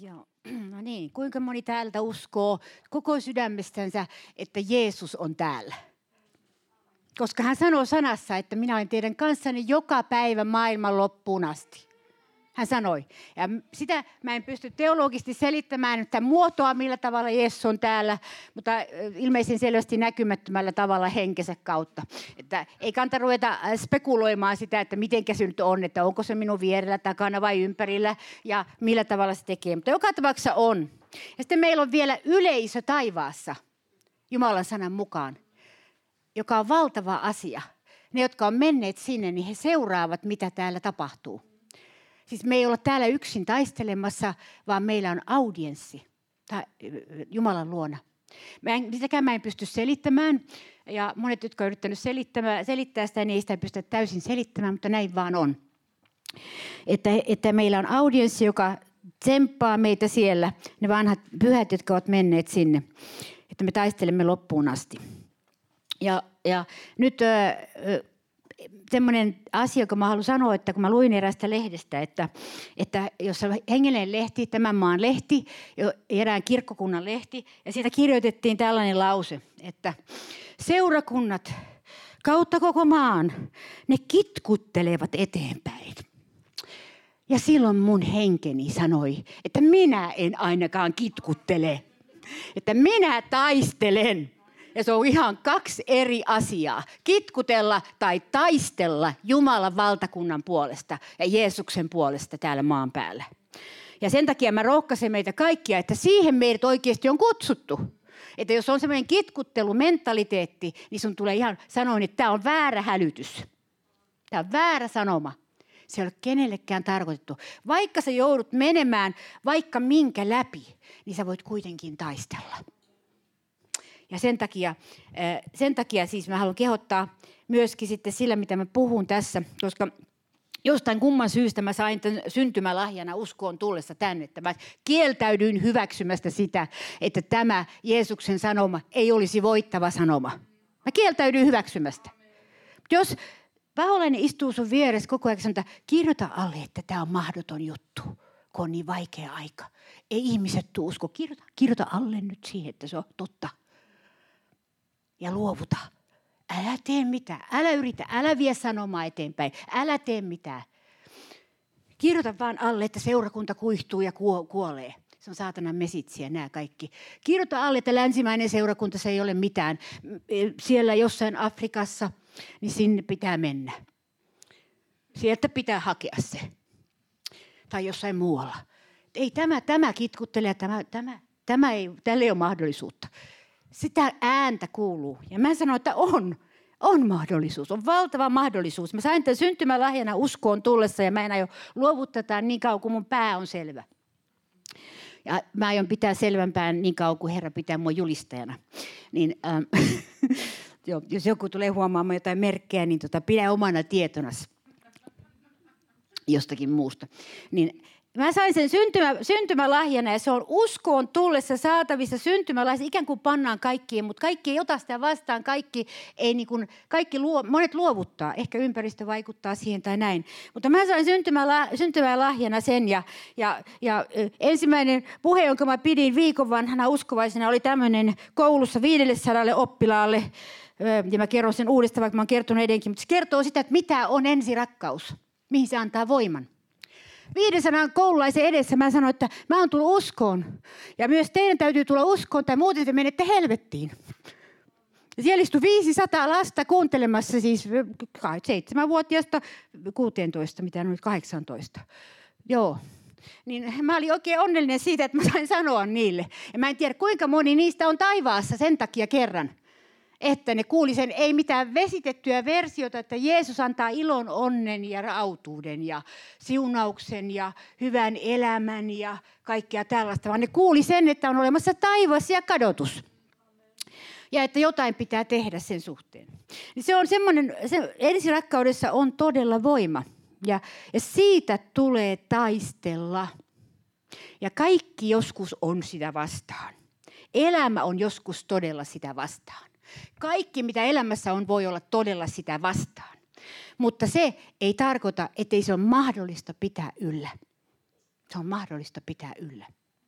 Joo, no niin. Kuinka moni täältä uskoo koko sydämestänsä, että Jeesus on täällä? Koska hän sanoo sanassa, että minä olen teidän kanssanne joka päivä maailman loppuun asti. Hän sanoi. Ja sitä mä en pysty teologisesti selittämään, että muotoa millä tavalla Jeesus on täällä, mutta ilmeisen selvästi näkymättömällä tavalla henkensä kautta. Että ei kannata ruveta spekuloimaan sitä, että mitenkä se nyt on, että onko se minun vierellä, takana vai ympärillä ja millä tavalla se tekee. Mutta joka tapauksessa on. Ja sitten meillä on vielä yleisö taivaassa Jumalan sanan mukaan, joka on valtava asia. Ne, jotka on menneet sinne, niin he seuraavat, mitä täällä tapahtuu. Siis me ei olla täällä yksin taistelemassa, vaan meillä on audienssi Jumalan luona. Sitäkään mä en pysty selittämään. Ja monet, jotka ovat yrittäneet selittää sitä, niin ei sitä pystytä täysin selittämään, mutta näin vaan on. Että meillä on audienssi, joka tsemppaa meitä siellä, ne vanhat pyhät, jotka ovat menneet sinne. Että me taistelemme loppuun asti. Ja nyt semmoinen asia, joka mä haluan sanoa, että kun mä luin erästä lehdestä, että jos on hengellinen lehti, tämän maan lehti, erään kirkkokunnan lehti, ja siitä kirjoitettiin tällainen lause, että seurakunnat kautta koko maan, ne kitkuttelevat eteenpäin. Ja silloin mun henkeni sanoi, että minä en ainakaan kitkuttele, että minä taistelen. Ja se on ihan kaksi eri asiaa. Kitkutella tai taistella Jumalan valtakunnan puolesta ja Jeesuksen puolesta täällä maan päällä. Ja sen takia mä rohkaisen meitä kaikkia, että siihen meidät oikeasti on kutsuttu. Että jos on semmoinen kitkuttelumentaliteetti, niin sun tulee ihan sanoa, että tämä on väärä hälytys. Tämä on väärä sanoma. Se ei ole kenellekään tarkoitettu. Vaikka sä joudut menemään vaikka minkä läpi, niin sä voit kuitenkin taistella. Ja sen takia siis mä haluan kehottaa myöskin sitten sillä, mitä mä puhun tässä, koska jostain kumman syystä mä sain tämän syntymälahjana uskoon tullessa tänne, että mä kieltäydyin hyväksymästä sitä, että tämä Jeesuksen sanoma ei olisi voittava sanoma. Mä kieltäydyin hyväksymästä. Jos paholainen istuu sun vieressä koko ajan, sanotaan, kirjoita alle, että tämä on mahdoton juttu, kun on niin vaikea aika. Ei ihmiset tuu usko. Kirjoita alle nyt siihen, että se on totta. Ja luovuta. Älä tee mitään. Älä yritä. Älä vie sanomaa eteenpäin. Älä tee mitään. Kirjoita vaan alle, että seurakunta kuihtuu ja kuolee. Se on saatanan mesitsiä nämä kaikki. Kirjoita alle, että länsimäinen seurakunta se ei ole mitään. Siellä jossain Afrikassa, niin sinne pitää mennä. Sieltä pitää hakea se. Tai jossain muualla. Ei tämä kitkuttele, tällä ei ole mahdollisuutta. Sitä ääntä kuuluu. Ja mä sanon, että on mahdollisuus. On valtava mahdollisuus. Mä sain tämän syntymälahjana uskoon tullessa ja mä en aio luovuttaa tätä niin kauan kuin mun pää on selvä. Ja mä aion pitää selvänpään niin kauan kuin Herra pitää mua julistajana. Niin, jos joku tulee huomaamaan jotain merkkejä, niin pidä omana tietonasi jostakin muusta. Niin, mä sain sen syntymälahjana ja se on uskoon tullessa saatavissa syntymälahjassa. Ikään kuin pannaan kaikkiin, mutta kaikki ei ota sitä vastaan. Monet luovuttaa. Ehkä ympäristö vaikuttaa siihen tai näin. Mutta mä sain syntymälahjana sen ja ensimmäinen puhe, jonka mä pidin viikon vanhana uskovaisena, oli tämmöinen koulussa 500 oppilaalle. Ja mä kerron sen uudestaan, vaikka mä oon kertonut edenkin. Mutta se kertoo sitä, että mitä on ensirakkaus. Mihin se antaa voiman. 500 koululaisen edessä mä sanoin, että mä oon tullut uskoon. Ja myös teidän täytyy tulla uskoon, tai muuten te menette helvettiin. Ja siellä istui 500 lasta kuuntelemassa, siis 7-vuotiaasta 16, mitä nyt 18. Joo. Niin mä olin oikein onnellinen siitä, että mä sain sanoa niille. Ja mä en tiedä, kuinka moni niistä on taivaassa sen takia kerran. Että ne kuuli sen, ei mitään vesitettyä versiota, että Jeesus antaa ilon, onnen ja autuuden ja siunauksen ja hyvän elämän ja kaikkea tällaista. Vaan ne kuuli sen, että on olemassa taivas ja kadotus. Ja että jotain pitää tehdä sen suhteen. Se on semmoinen, ensirakkaudessa on todella voima. Ja siitä tulee taistella. Ja kaikki joskus on sitä vastaan. Elämä on joskus todella sitä vastaan. Kaikki, mitä elämässä on, voi olla todella sitä vastaan. Mutta se ei tarkoita, ettei se ole mahdollista pitää yllä. Se on mahdollista pitää yllä.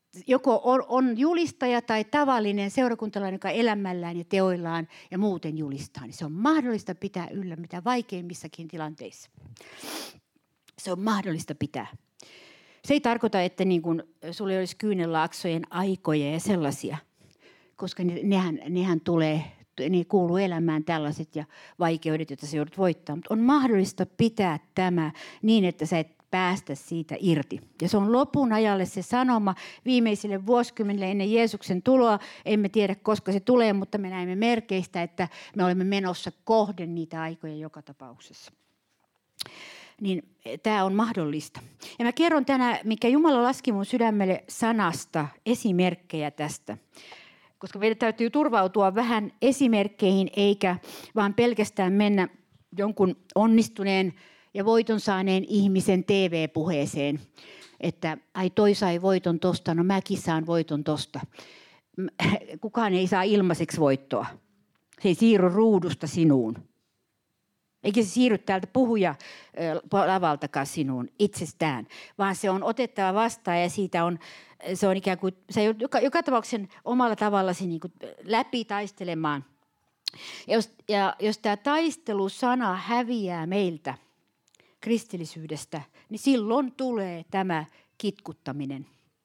joko on julistaja tai tavallinen seurakuntalainen, joka elämällään ja teoillaan ja muuten julistaa, niin se on mahdollista pitää yllä mitä vaikeimmissakin tilanteissa. Se on mahdollista pitää. Se ei tarkoita, että niin kuin sulla olisi kyynelaaksojen aikoja ja sellaisia, koska nehän tulee, niin kuuluu elämään tällaiset ja vaikeudet, joita sä joudut voittamaan. Mutta on mahdollista pitää tämä niin, että sä et päästä siitä irti. Ja se on lopun ajalle se sanoma viimeisille vuosikymmenille ennen Jeesuksen tuloa. Emme tiedä, koska se tulee, mutta me näemme merkeistä, että me olemme menossa kohden niitä aikoja joka tapauksessa. Niin tämä on mahdollista. Ja mä kerron tänään, mikä Jumala laski mun sydämelle sanasta, esimerkkejä tästä. Koska meidän täytyy turvautua vähän esimerkkeihin, eikä vaan pelkästään mennä jonkun onnistuneen ja voiton saaneen ihmisen TV-puheeseen. Että ai toi sai voiton tosta, no mäkin saan voiton tosta. Kukaan ei saa ilmaiseksi voittoa. Se ei siirry ruudusta sinuun. Eikä se siirry täältä puhujalavaltakaan sinuun itsestään, vaan se on otettava vastaan ja se on ikään kuin, se joka tapauksessa omalla tavallasi niin kuin läpi taistelemaan. Jos tämä taistelusana häviää meiltä kristillisyydestä, niin silloin tulee tämä kitkuttaminen.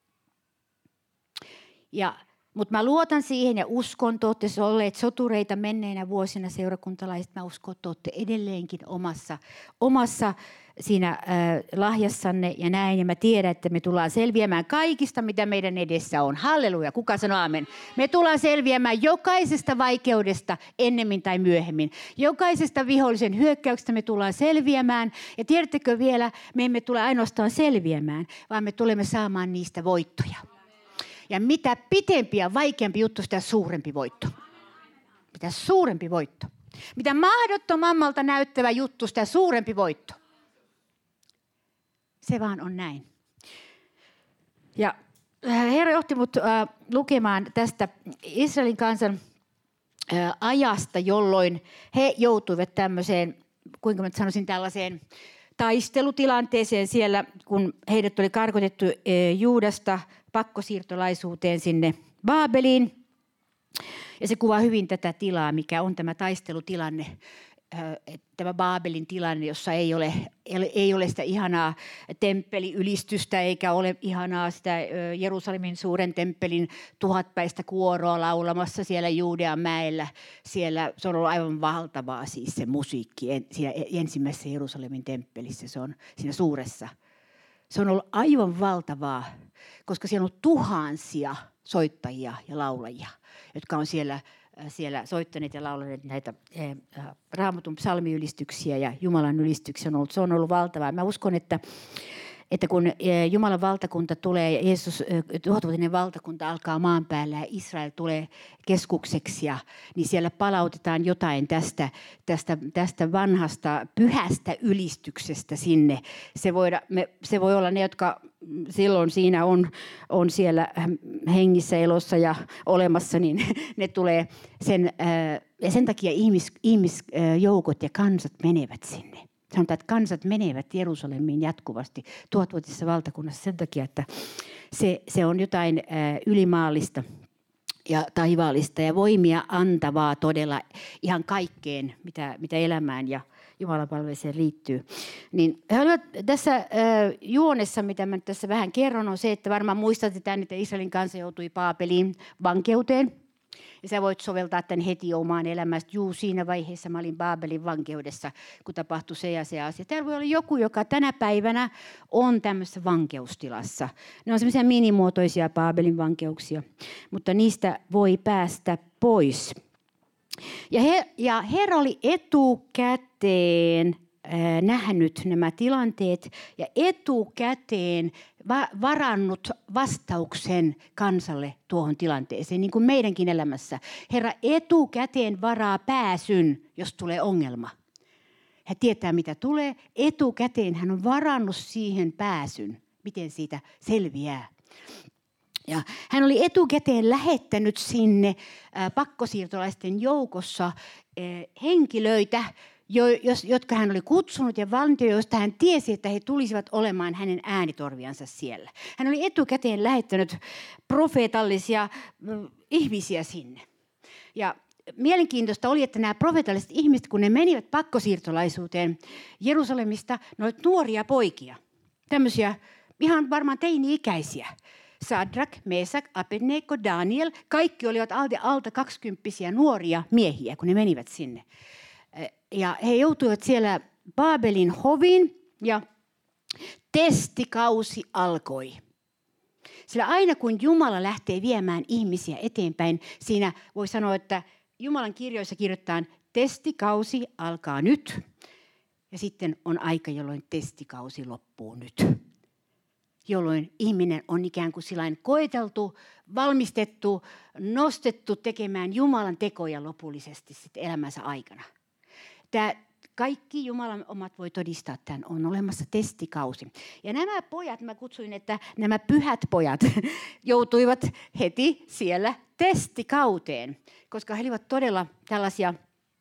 Mutta mä luotan siihen ja uskon, te olette olleet sotureita menneinä vuosina seurakuntalaiset. Mä uskon, että olette edelleenkin omassa siinä lahjassanne ja näin. Ja mä tiedän, että me tullaan selviämään kaikista, mitä meidän edessä on. Halleluja, kuka sanoo aamen? Me tullaan selviämään jokaisesta vaikeudesta ennemmin tai myöhemmin. Jokaisesta vihollisen hyökkäyksestä me tullaan selviämään. Ja tiedättekö vielä, me emme tule ainoastaan selviämään, vaan me tulemme saamaan niistä voittoja. Ja mitä pitempi ja vaikeampi juttu, sitä suurempi voitto. Mitä suurempi voitto. Mitä mahdottomammalta näyttävä juttu, sitä suurempi voitto. Se vaan on näin. Ja Herra johti mut lukemaan tästä Israelin kansan ajasta, jolloin he joutuivat tämmöiseen, kuinka mä sanoisin, tällaiseen taistelutilanteeseen siellä, kun heidät oli karkotettu Juudasta pakkosiirtolaisuuteen sinne Baabeliin. Ja se kuvaa hyvin tätä tilaa, mikä on tämä taistelutilanne, tämä Baabelin tilanne, jossa ei ole sitä ihanaa temppeliylistystä eikä ole ihanaa sitä Jerusalemin suuren temppelin 1000-päistä kuoroa laulamassa siellä Juudean mäellä. Siellä se on ollut aivan valtavaa siis se musiikki siinä ensimmäisessä Jerusalemin temppelissä, se on siinä suuressa. Se on ollut aivan valtavaa, koska siellä on tuhansia soittajia ja laulajia, jotka on siellä soittaneet ja laulaneet näitä Raamatun psalmiylistyksiä ja Jumalan ylistyksiä. Se on ollut valtavaa. Mä uskon, että kun Jumalan valtakunta tulee ja Jeesus, 1000-vuotinen valtakunta alkaa maan päällä ja Israel tulee keskukseksi, niin siellä palautetaan jotain tästä vanhasta pyhästä ylistyksestä sinne. Se voi olla ne, jotka silloin siinä on siellä hengissä, elossa ja olemassa, niin ne tulee ja sen takia ihmisjoukot ja kansat menevät sinne. Sanotaan, että kansat menevät Jerusalemiin jatkuvasti 1000-vuotisessa valtakunnassa sen takia, että se on jotain ylimaallista ja taivaallista ja voimia antavaa todella ihan kaikkeen, mitä elämään ja Jumalan palvelukseen liittyy. Niin, tässä juonessa, mitä mä tässä vähän kerron, on se, että varmaan muistatte tämän, että Israelin kansa joutui Baabeliin vankeuteen. Ja sä voit soveltaa tämän heti omaan elämään. Siinä vaiheessa mä olin Baabelin vankeudessa, kun tapahtui se ja se asia. Täällä voi olla joku, joka tänä päivänä on tämmöisessä vankeustilassa. Ne on semmoisia minimuotoisia Baabelin vankeuksia, mutta niistä voi päästä pois. Ja Herra oli etukäteen nähnyt nämä tilanteet ja etukäteen varannut vastauksen kansalle tuohon tilanteeseen, niin kuin meidänkin elämässä. Herra etukäteen varaa pääsyn, jos tulee ongelma. Hän tietää, mitä tulee. Etukäteen hän on varannut siihen pääsyn, miten siitä selviää. Ja hän oli etukäteen lähettänyt sinne pakkosiirtolaisten joukossa henkilöitä, jotka hän oli kutsunut ja valinnut, joista hän tiesi, että he tulisivat olemaan hänen äänitorviansa siellä. Hän oli etukäteen lähettänyt profeetallisia ihmisiä sinne. Ja mielenkiintoista oli, että nämä profeetalliset ihmiset, kun ne menivät pakkosiirtolaisuuteen Jerusalemista, ne olivat nuoria poikia. Tämmöisiä ihan varmaan teini-ikäisiä. Sadrak, Mesak, Abednego, Daniel, kaikki olivat alta 20-vuotiaita nuoria miehiä, kun ne menivät sinne. Ja he joutuivat siellä Baabelin hoviin ja testikausi alkoi. Sillä aina kun Jumala lähtee viemään ihmisiä eteenpäin, siinä voi sanoa, että Jumalan kirjoissa kirjoitetaan, testikausi alkaa nyt. Ja sitten on aika, jolloin testikausi loppuu nyt. Jolloin ihminen on ikään kuin sillain koeteltu, valmistettu, nostettu tekemään Jumalan tekoja lopullisesti sitten elämänsä aikana. Tämä kaikki Jumalan omat voi todistaa tämän, on olemassa testikausi. Ja nämä pojat, mä kutsuin, että nämä pyhät pojat joutuivat heti siellä testikauteen, koska he olivat todella tällaisia.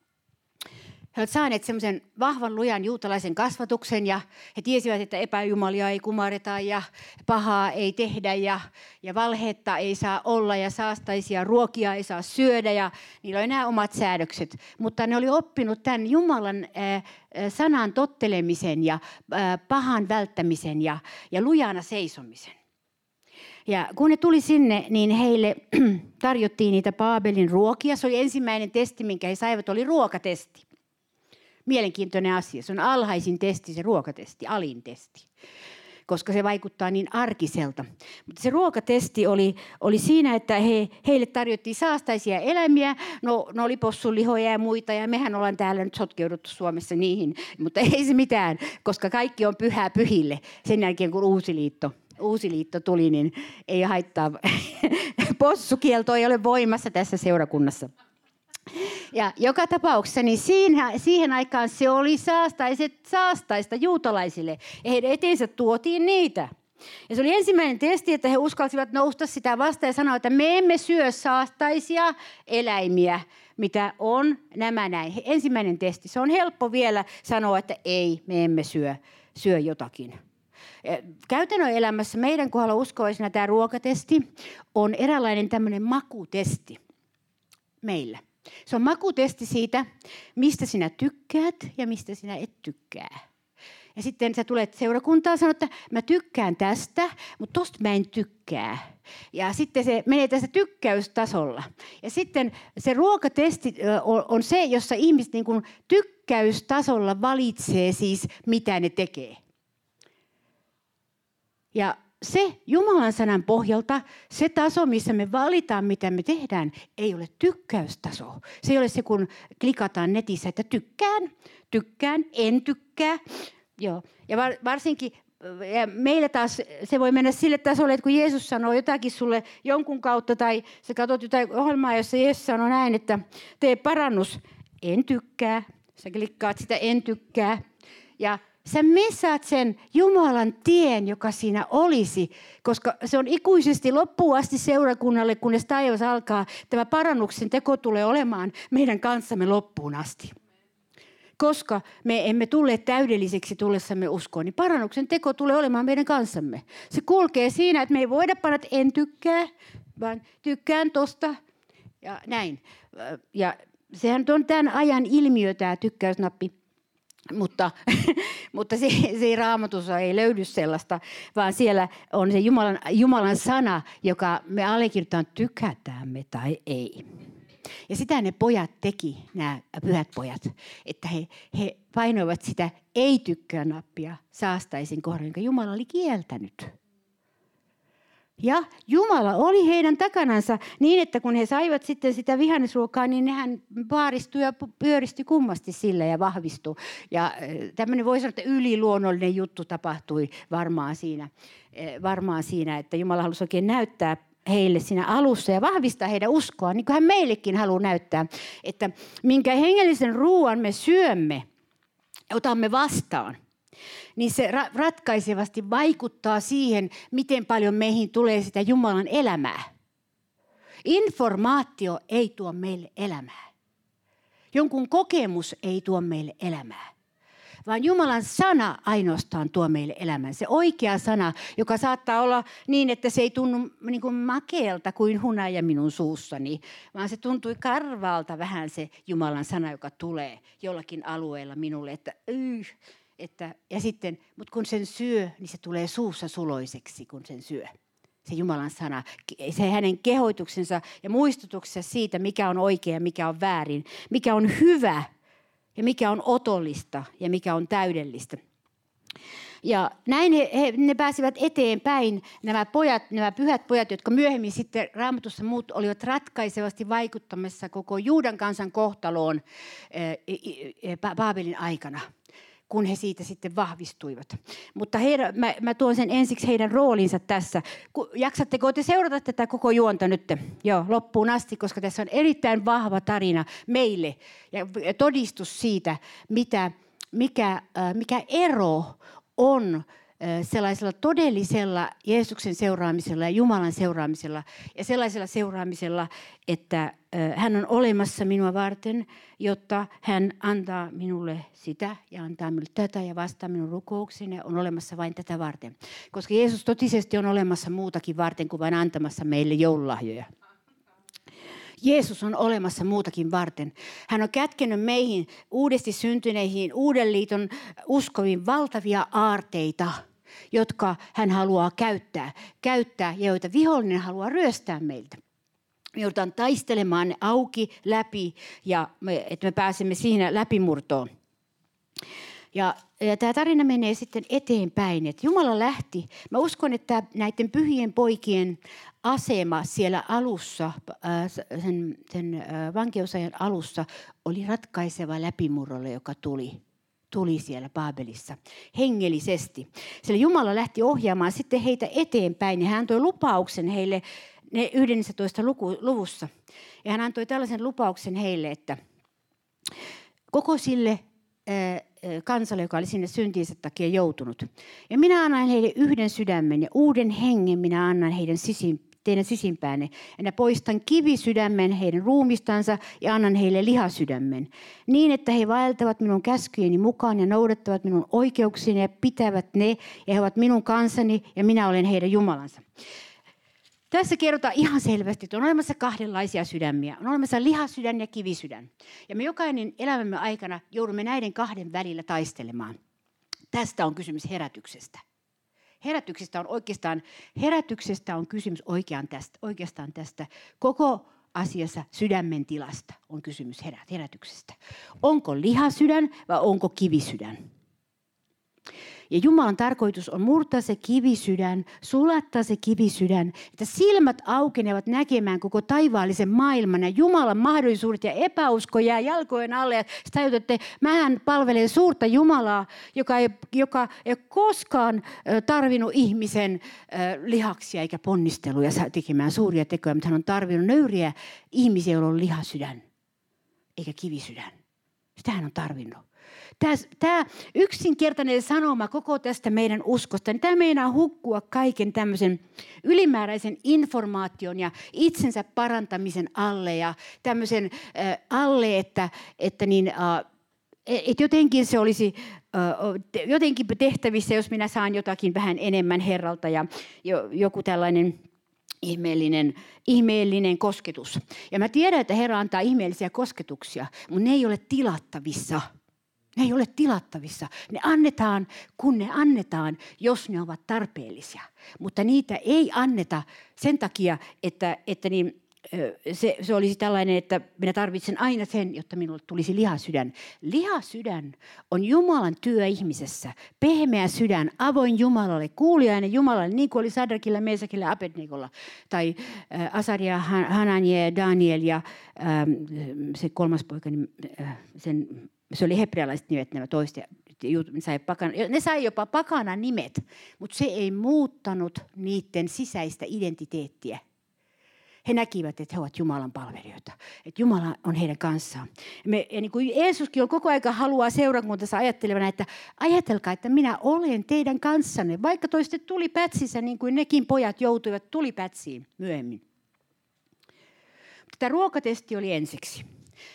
He olivat saaneet semmoisen vahvan lujan juutalaisen kasvatuksen ja he tiesivät, että epäjumalia ei kumareta ja pahaa ei tehdä ja valhetta ei saa olla ja saastaisia ruokia ei saa syödä ja niillä oli nämä omat säädökset. Mutta ne oli oppinut tämän Jumalan sanan tottelemisen ja pahan välttämisen ja lujana seisomisen. Ja kun ne tuli sinne, niin heille tarjottiin niitä Baabelin ruokia. Se oli ensimmäinen testi, minkä he saivat, oli ruokatesti. Mielenkiintoinen asia. Se on alhaisin testi, se ruokatesti, alin testi, koska se vaikuttaa niin arkiselta. Mutta se ruokatesti oli siinä, että heille tarjottiin saastaisia eläimiä. No, ne oli possunlihoja ja muita, ja mehän ollaan täällä nyt sotkeuduttu Suomessa niihin. Mutta ei se mitään, koska kaikki on pyhää pyhille. Sen jälkeen, kun Uusi liitto tuli, niin ei haittaa. Possukielto ei ole voimassa tässä seurakunnassa. Ja joka tapauksessa niin siihen aikaan se oli saastaista juutalaisille. Ja heidän eteensä tuotiin niitä. Ja se oli ensimmäinen testi, että he uskalsivat nousta sitä vastaan ja sanoa, että me emme syö saastaisia eläimiä, mitä on nämä näin. Ensimmäinen testi. Se on helppo vielä sanoa, että ei, me emme syö jotakin. Käytännön elämässä meidän kohdalla uskovaisena tämä ruokatesti on eräänlainen tämmöinen makutesti meillä. Se on makutesti siitä, mistä sinä tykkäät ja mistä sinä et tykkää. Ja sitten sä tulet seurakuntaan ja sanot, että mä tykkään tästä, mutta tosta mä en tykkää. Ja sitten se menee tässä tykkäystasolla. Ja sitten se ruokatesti on se, jossa ihmiset niin kuin tykkäystasolla valitsee siis, mitä ne tekee. Ja se Jumalan sanan pohjalta, se taso, missä me valitaan, mitä me tehdään, ei ole tykkäystaso. Se ei ole se, kun klikataan netissä, että tykkään, en tykkää. Joo. Ja varsinkin ja meillä taas se voi mennä sille tasolle, että kun Jeesus sanoo jotakin sulle jonkun kautta, tai sä katsot jotain ohjelmaa, jossa Jeesus sanoo näin, että tee parannus, en tykkää. Sä klikkaat sitä, en tykkää. Ja sä missaat sen Jumalan tien, joka siinä olisi, koska se on ikuisesti loppuun asti seurakunnalle, kunnes taivas alkaa. Tämä parannuksen teko tulee olemaan meidän kanssamme loppuun asti. Koska me emme tulleet täydelliseksi tullessamme uskoon, niin parannuksen teko tulee olemaan meidän kanssamme. Se kulkee siinä, että me ei voida panna, että en tykkää, vaan tykkään tosta ja näin. Ja sehän on tämän ajan ilmiö, tämä tykkäysnappi. Mutta se Raamatussa ei löydy sellaista, vaan siellä on se Jumalan sana, joka me allekirjoitetaan, tykätään me tai ei. Ja sitä ne pojat teki, nämä pyhät pojat, että he painoivat sitä ei-tykkää-nappia saastaisin kohdan, jonka Jumala oli kieltänyt. Ja Jumala oli heidän takanansa niin, että kun he saivat sitten sitä vihannesruokaa, niin nehän paaristui ja pyöristi kummasti sillä ja vahvistui. Ja tämmöinen voi sanoa, että yliluonnollinen juttu tapahtui varmaan siinä, että Jumala halusi oikein näyttää heille siinä alussa ja vahvistaa heidän uskoa, niin kuin hän meillekin haluaa näyttää, että minkä hengellisen ruoan me syömme, otamme vastaan, niin se ratkaisevasti vaikuttaa siihen, miten paljon meihin tulee sitä Jumalan elämää. Informaatio ei tuo meille elämää. Jonkun kokemus ei tuo meille elämää. Vaan Jumalan sana ainoastaan tuo meille elämän. Se oikea sana, joka saattaa olla niin, että se ei tunnu niin kuin makeelta kuin hunaja minun suussani, vaan se tuntui karvaalta vähän se Jumalan sana, joka tulee jollakin alueella minulle. Mutta kun sen syö, niin se tulee suussa suloiseksi, kun sen syö. Se Jumalan sana, se hänen kehoituksensa ja muistutuksensa siitä, mikä on oikea ja mikä on väärin, mikä on hyvä ja mikä on otollista ja mikä on täydellistä. Ja näin ne pääsivät eteenpäin, nämä pyhät pojat, jotka myöhemmin sitten Raamatussa muut olivat ratkaisevasti vaikuttamassa koko Juudan kansan kohtaloon Baabelin aikana, kun he siitä sitten vahvistuivat. Mutta mä tuon sen ensiksi heidän roolinsa tässä. Jaksatteko te seurata tätä koko juonta nyt loppuun asti, koska tässä on erittäin vahva tarina meille ja todistus siitä, mikä ero on sellaisella todellisella Jeesuksen seuraamisella ja Jumalan seuraamisella ja sellaisella seuraamisella, että hän on olemassa minua varten, jotta hän antaa minulle sitä ja antaa minulle tätä ja vastaa minun rukouksiin ja on olemassa vain tätä varten. Koska Jeesus totisesti on olemassa muutakin varten kuin vain antamassa meille joululahjoja. Jeesus on olemassa muutakin varten. Hän on kätkenyt meihin uudesti syntyneihin, uuden liiton uskoviin valtavia aarteita, jotka hän haluaa käyttää ja joita vihollinen haluaa ryöstää meiltä. Me joudutaan taistelemaan ne auki, läpi, että me pääsemme siinä läpimurtoon. Ja tämä tarina menee sitten eteenpäin, että Jumala lähti. Mä uskon, että näiden pyhien poikien asema siellä alussa, sen vankeusajan alussa, oli ratkaiseva läpimurrolle, joka tuli siellä Baabelissa hengellisesti. Sillä Jumala lähti ohjaamaan sitten heitä eteenpäin ja hän antoi lupauksen heille 11. luvussa. Ja hän antoi tällaisen lupauksen heille, että koko sille kansalle, joka oli sinne syntiensä takia joutunut. Ja minä annan heille yhden sydämen ja uuden hengen minä annan teidän sisimpäänne. Ja minä poistan kivisydämen heidän ruumistansa ja annan heille lihasydämen. Niin, että he vaeltavat minun käskyjeni mukaan ja noudattavat minun oikeuksiini ja pitävät ne. Ja he ovat minun kansani ja minä olen heidän Jumalansa. Tässä kerrotaan ihan selvästi, että on olemassa kahdenlaisia sydämiä. On olemassa lihasydän ja kivisydän. Ja me jokainen elämämme aikana joudumme näiden kahden välillä taistelemaan. Tästä on kysymys herätyksestä. Herätyksestä on kysymys oikeastaan tästä. Koko asiassa sydämen tilasta on kysymys herätyksestä. Onko lihasydän vai onko kivisydän? Ja Jumalan tarkoitus on murtaa se kivisydän, sulattaa se kivisydän, että silmät aukenevat näkemään koko taivaallisen maailman ja Jumalan mahdollisuudet ja epäusko jää jalkojen alle. Ja sitä ajatte, että mähän palvelen suurta Jumalaa, joka ei ole koskaan tarvinnut ihmisen lihaksia eikä ponnisteluja tekemään suuria tekoja, mutta hän on tarvinnut nöyriä ihmisiä, joilla on lihasydän eikä kivisydän. Sitä hän on tarvinnut. Tämä yksinkertainen sanoma koko tästä meidän uskosta, niin tämä meinaa hukkua kaiken tämmöisen ylimääräisen informaation ja itsensä parantamisen alle ja tämmöisen alle, että jotenkin se olisi jotenkin tehtävissä, jos minä saan jotakin vähän enemmän Herralta ja joku tällainen ihmeellinen kosketus. Ja mä tiedän, että Herra antaa ihmeellisiä kosketuksia, mutta ne ei ole tilattavissa. Ne ei ole tilattavissa. Ne annetaan, kun ne annetaan, jos ne ovat tarpeellisia. Mutta niitä ei anneta sen takia, että se olisi tällainen, että minä tarvitsen aina sen, jotta minulle tulisi lihasydän. Lihasydän on Jumalan työ ihmisessä. Pehmeä sydän, avoin Jumalalle, kuuliainen Jumalalle, niin kuin oli Sadrakilla, Meesakilla ja Abednegolla. Tai Asaria, Hanania ja Daniel ja se kolmas poika, se oli hebrealaiset nimet nämä toiset. Ne sai jopa pakanan nimet, mutta se ei muuttanut niiden sisäistä identiteettiä. He näkivät, että he ovat Jumalan palvelijoita, että Jumala on heidän kanssaan. Ja niin kuin Jeesuskin on koko ajan haluaa seurakuntansa ajattelevana, että ajatelkaa, että minä olen teidän kanssanne, vaikka toiste tuli pätsissä, niin kuin nekin pojat joutuivat tulipätsiin myöhemmin. Tämä ruokatesti oli ensiksi.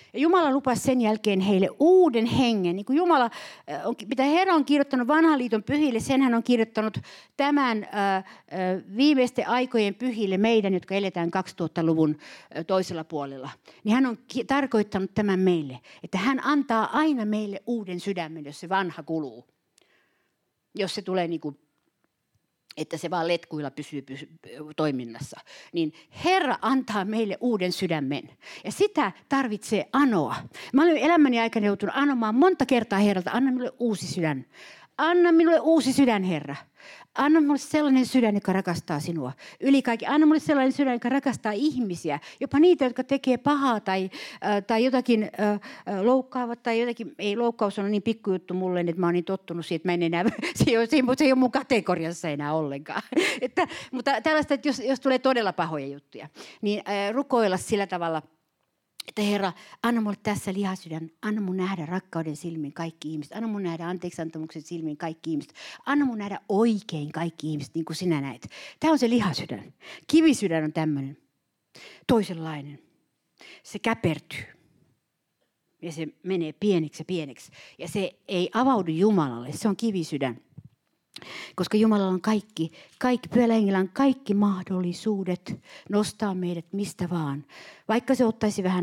Ja Jumala lupasi sen jälkeen heille uuden hengen. Niin kuin Jumala, mitä Herra on kirjoittanut vanhan liiton pyhille, sen hän on kirjoittanut tämän viimeisten aikojen pyhille meidän, jotka eletään 2000-luvun toisella puolella. Niin hän on tarkoittanut tämän meille, että hän antaa aina meille uuden sydämen, jos se vanha kuluu. Jos se tulee niin kuin, että se vaan letkuilla pysyy toiminnassa, niin Herra antaa meille uuden sydämen. Ja sitä tarvitsee anoa. Mä olen elämäni aikana joutunut anomaan monta kertaa Herralta, anna minulle uusi sydän. Anna minulle uusi sydän, Herra. Anna minulle sellainen sydän, joka rakastaa sinua. Yli kaikki. Anna minulle sellainen sydän, joka rakastaa ihmisiä. Jopa niitä, jotka tekee pahaa tai jotakin loukkaavat. Tai jotakin, ei, loukkaus on niin pikkujuttu mulle, että mä oon niin tottunut siihen, että mä en enää, se ei ole mun kategoriassa enää ollenkaan. Mutta tällaista, että jos tulee todella pahoja juttuja, niin rukoilla sillä tavalla, että Herra, anna mulle tässä lihasydän, anna mun nähdä rakkauden silmin kaikki ihmiset, anna mun nähdä anteeksiantamuksen silmin kaikki ihmiset, anna mun nähdä oikein kaikki ihmiset niin kuin sinä näet. Tämä on se lihasydän. Kivisydän on tämmöinen, toisenlainen. Se käpertyy ja se menee pieneksi ja pieneksi ja se ei avaudu Jumalalle, se on kivisydän. Koska Jumalalla on kaikki Pyhällä Hengellä on kaikki mahdollisuudet nostaa meidät mistä vaan. Vaikka se ottaisi vähän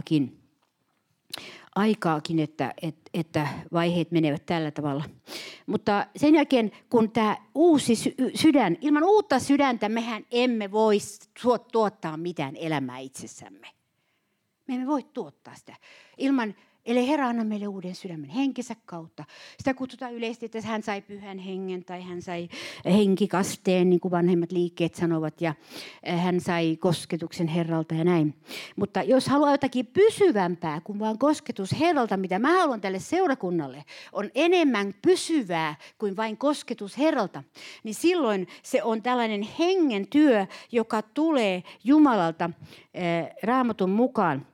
aikaakin että vaiheet menevät tällä tavalla. Mutta sen jälkeen, kun tämä uusi sydän, ilman uutta sydäntä mehän emme voi tuottaa mitään elämää itsessämme. Me emme voi tuottaa sitä eli Herra anna meille uuden sydämen henkensä kautta. Sitä kutsutaan yleisesti, että hän sai pyhän hengen tai hän sai henkikasteen, niin kuin vanhemmat liikkeet sanovat, ja hän sai kosketuksen Herralta ja näin. Mutta jos haluaa jotakin pysyvämpää kuin vain kosketus Herralta, mitä mä haluan tälle seurakunnalle, on enemmän pysyvää kuin vain kosketus Herralta, niin silloin se on tällainen hengen työ, joka tulee Jumalalta Raamatun mukaan.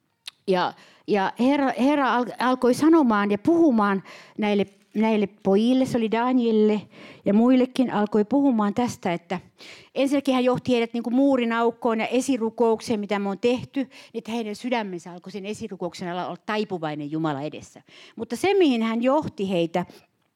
Ja Herra alkoi sanomaan ja puhumaan näille pojille, se oli Danielille ja muillekin, alkoi puhumaan tästä, että ensinnäkin hän johti heidät niin kuin muurin aukkoon ja esirukoukseen, mitä me on tehty, niin että heidän sydämensä alkoi sen esirukouksen alla olla taipuvainen Jumala edessä. Mutta se, mihin hän johti heitä,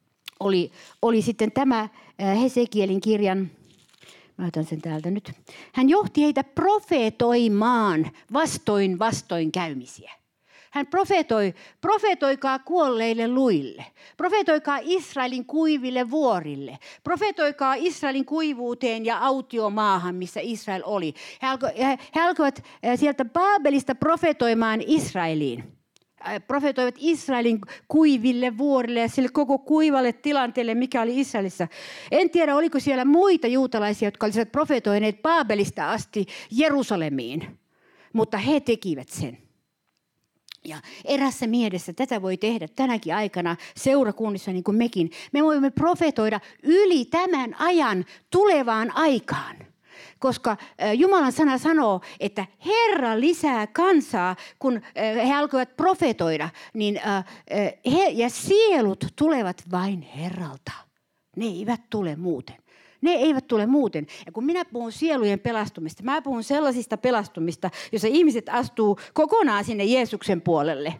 oli sitten tämä Hesekielin kirjan. Mä otan sen täältä nyt. Hän johti heitä profeetoimaan vastoin käymisiä. Hän profetoikaa kuolleille luille. Profetoikaa Israelin kuiville vuorille. Profetoikaa Israelin kuivuuteen ja autiomaahan, missä Israel oli. He alkoivat sieltä Baabelista profetoimaan Israeliin. Profetoivat Israelin kuiville vuorille ja sille koko kuivalle tilanteelle, mikä oli Israelissa. En tiedä, oliko siellä muita juutalaisia, jotka olisivat profetoineet Baabelista asti Jerusalemiin, mutta he tekivät sen. Ja erässä mielessä tätä voi tehdä tänäkin aikana seurakunnissa niin kuin mekin. Me voimme profetoida yli tämän ajan tulevaan aikaan. Koska Jumalan sana sanoo, että Herra lisää kansaa, kun he alkoivat profetoida, niin ja sielut tulevat vain Herralta. Ne eivät tule muuten. Ne eivät tule muuten. Ja kun minä puhun sielujen pelastumista, mä puhun sellaisista pelastumista, jossa ihmiset astuu kokonaan sinne Jeesuksen puolelle.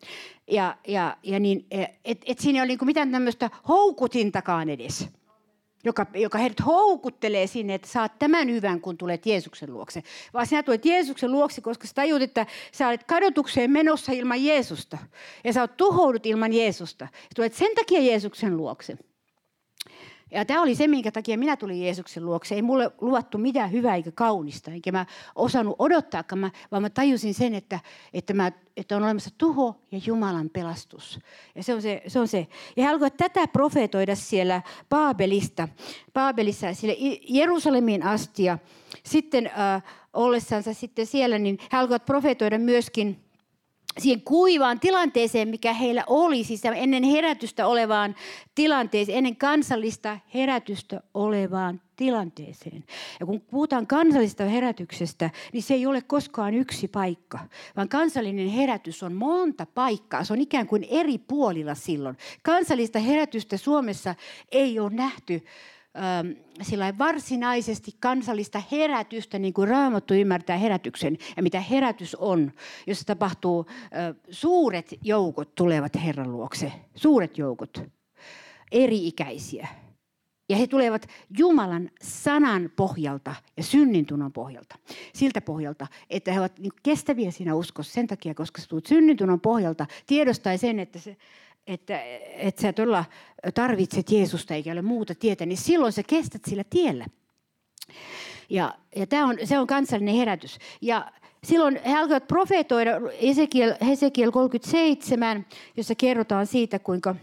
Ja niin, et siinä ei ole niin mitään tämmöistä houkutintakaan edes. Joka heidät houkuttelee sinne, että saat tämän hyvän, kun tulet Jeesuksen luokse. Vaan sinä tulet Jeesuksen luokse, koska sä tajut, että sä olet kadotukseen menossa ilman Jeesusta. Ja sä tuhoudut ilman Jeesusta. Ja tulet sen takia Jeesuksen luokse. Ja tämä oli se, minkä takia minä tulin Jeesuksen luokse. Ei mulle luvattu mitään hyvää eikä kaunista, enkä mä osannut odottaakaan, vaan mä tajusin sen, että on olemassa tuho ja Jumalan pelastus. Ja se on se. Ja he alkoivat tätä profetoida siellä Baabelissa sille Jerusalemiin asti. Ja sitten ollessansa sitten siellä, niin he alkoivat profetoida myöskin siihen kuivaan tilanteeseen, mikä heillä oli, siis ennen herätystä olevaan tilanteeseen, ennen kansallista herätystä olevaan tilanteeseen. Ja kun puhutaan kansallisesta herätyksestä, niin se ei ole koskaan yksi paikka, vaan kansallinen herätys on monta paikkaa. Se on ikään kuin eri puolilla silloin. Kansallista herätystä Suomessa ei ole nähty sillä varsinaisesti kansallista herätystä, niin kuin Raamattu ymmärtää herätyksen ja mitä herätys on, jossa tapahtuu suuret joukot tulevat Herran luokse, suuret joukot, eri-ikäisiä. Ja he tulevat Jumalan sanan pohjalta ja synnintunnon pohjalta. Siltä pohjalta, että he ovat kestäviä siinä uskossa sen takia, koska sä tulet synnintunnon pohjalta tiedostaen sen, että sä todella tarvitset Jeesusta eikä ole muuta tietä, niin silloin sä kestät sillä tiellä. Ja se on kansallinen herätys. Ja silloin he alkoivat profetoida Hesekiel 37, jossa kerrotaan siitä,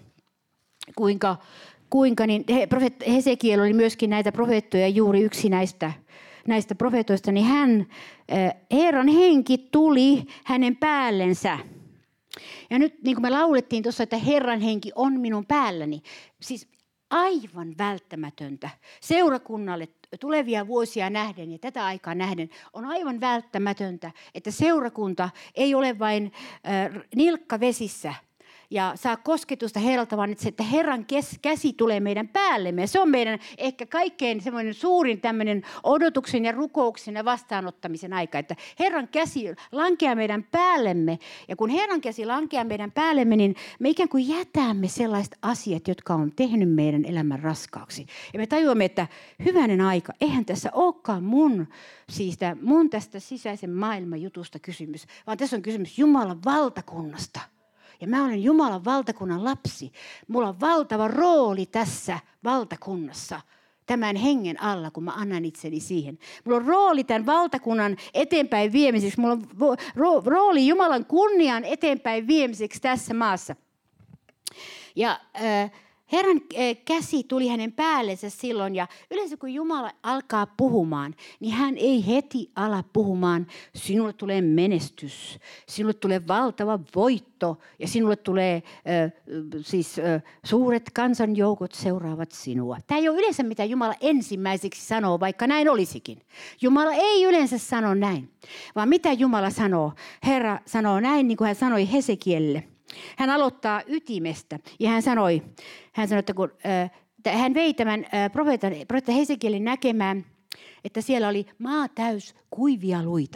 kuinka niin Hesekiel oli myöskin näitä profeettoja, juuri yksi näistä profeetoista, niin Herran henki tuli hänen päällensä. Ja nyt niin kuin me laulettiin tuossa, että Herran henki on minun päälläni, siis aivan välttämätöntä seurakunnalle tulevia vuosia nähden ja tätä aikaa nähden on aivan välttämätöntä, että seurakunta ei ole vain nilkka vesissä ja saa kosketusta Herralta, vaan että Herran käsi tulee meidän päällemme. Se on meidän ehkä kaikkein semmoinen suurin tämmöinen odotuksen ja rukouksen ja vastaanottamisen aika, että Herran käsi lankeaa meidän päällemme. Ja kun Herran käsi lankeaa meidän päällemme, niin me ikään kuin jätämme sellaiset asiat, jotka on tehnyt meidän elämän raskaaksi. Ja me tajuamme, että hyvänen aika, eihän tässä olekaan mun tästä sisäisen maailman jutusta kysymys, vaan tässä on kysymys Jumalan valtakunnasta. Ja mä olen Jumalan valtakunnan lapsi. Mulla on valtava rooli tässä valtakunnassa, tämän hengen alla, kun mä annan itseni siihen. Mulla on rooli tämän valtakunnan eteenpäin viemiseksi. Mulla on rooli Jumalan kunnian eteenpäin viemiseksi tässä maassa. Ja Herran käsi tuli hänen päällensä silloin, ja yleensä kun Jumala alkaa puhumaan, niin hän ei heti ala puhumaan, sinulle tulee menestys, sinulle tulee valtava voitto, ja sinulle tulee suuret kansanjoukot seuraavat sinua. Tämä ei ole yleensä mitä Jumala ensimmäiseksi sanoo, vaikka näin olisikin. Jumala ei yleensä sano näin, vaan mitä Jumala sanoo? Herra sanoo näin, niin kuin hän sanoi Hesekielle. Hän aloittaa ytimestä ja hän sanoi, että kun hän vei tämän profeetta Hesekielin näkemään, että siellä oli maa täys kuivia luita.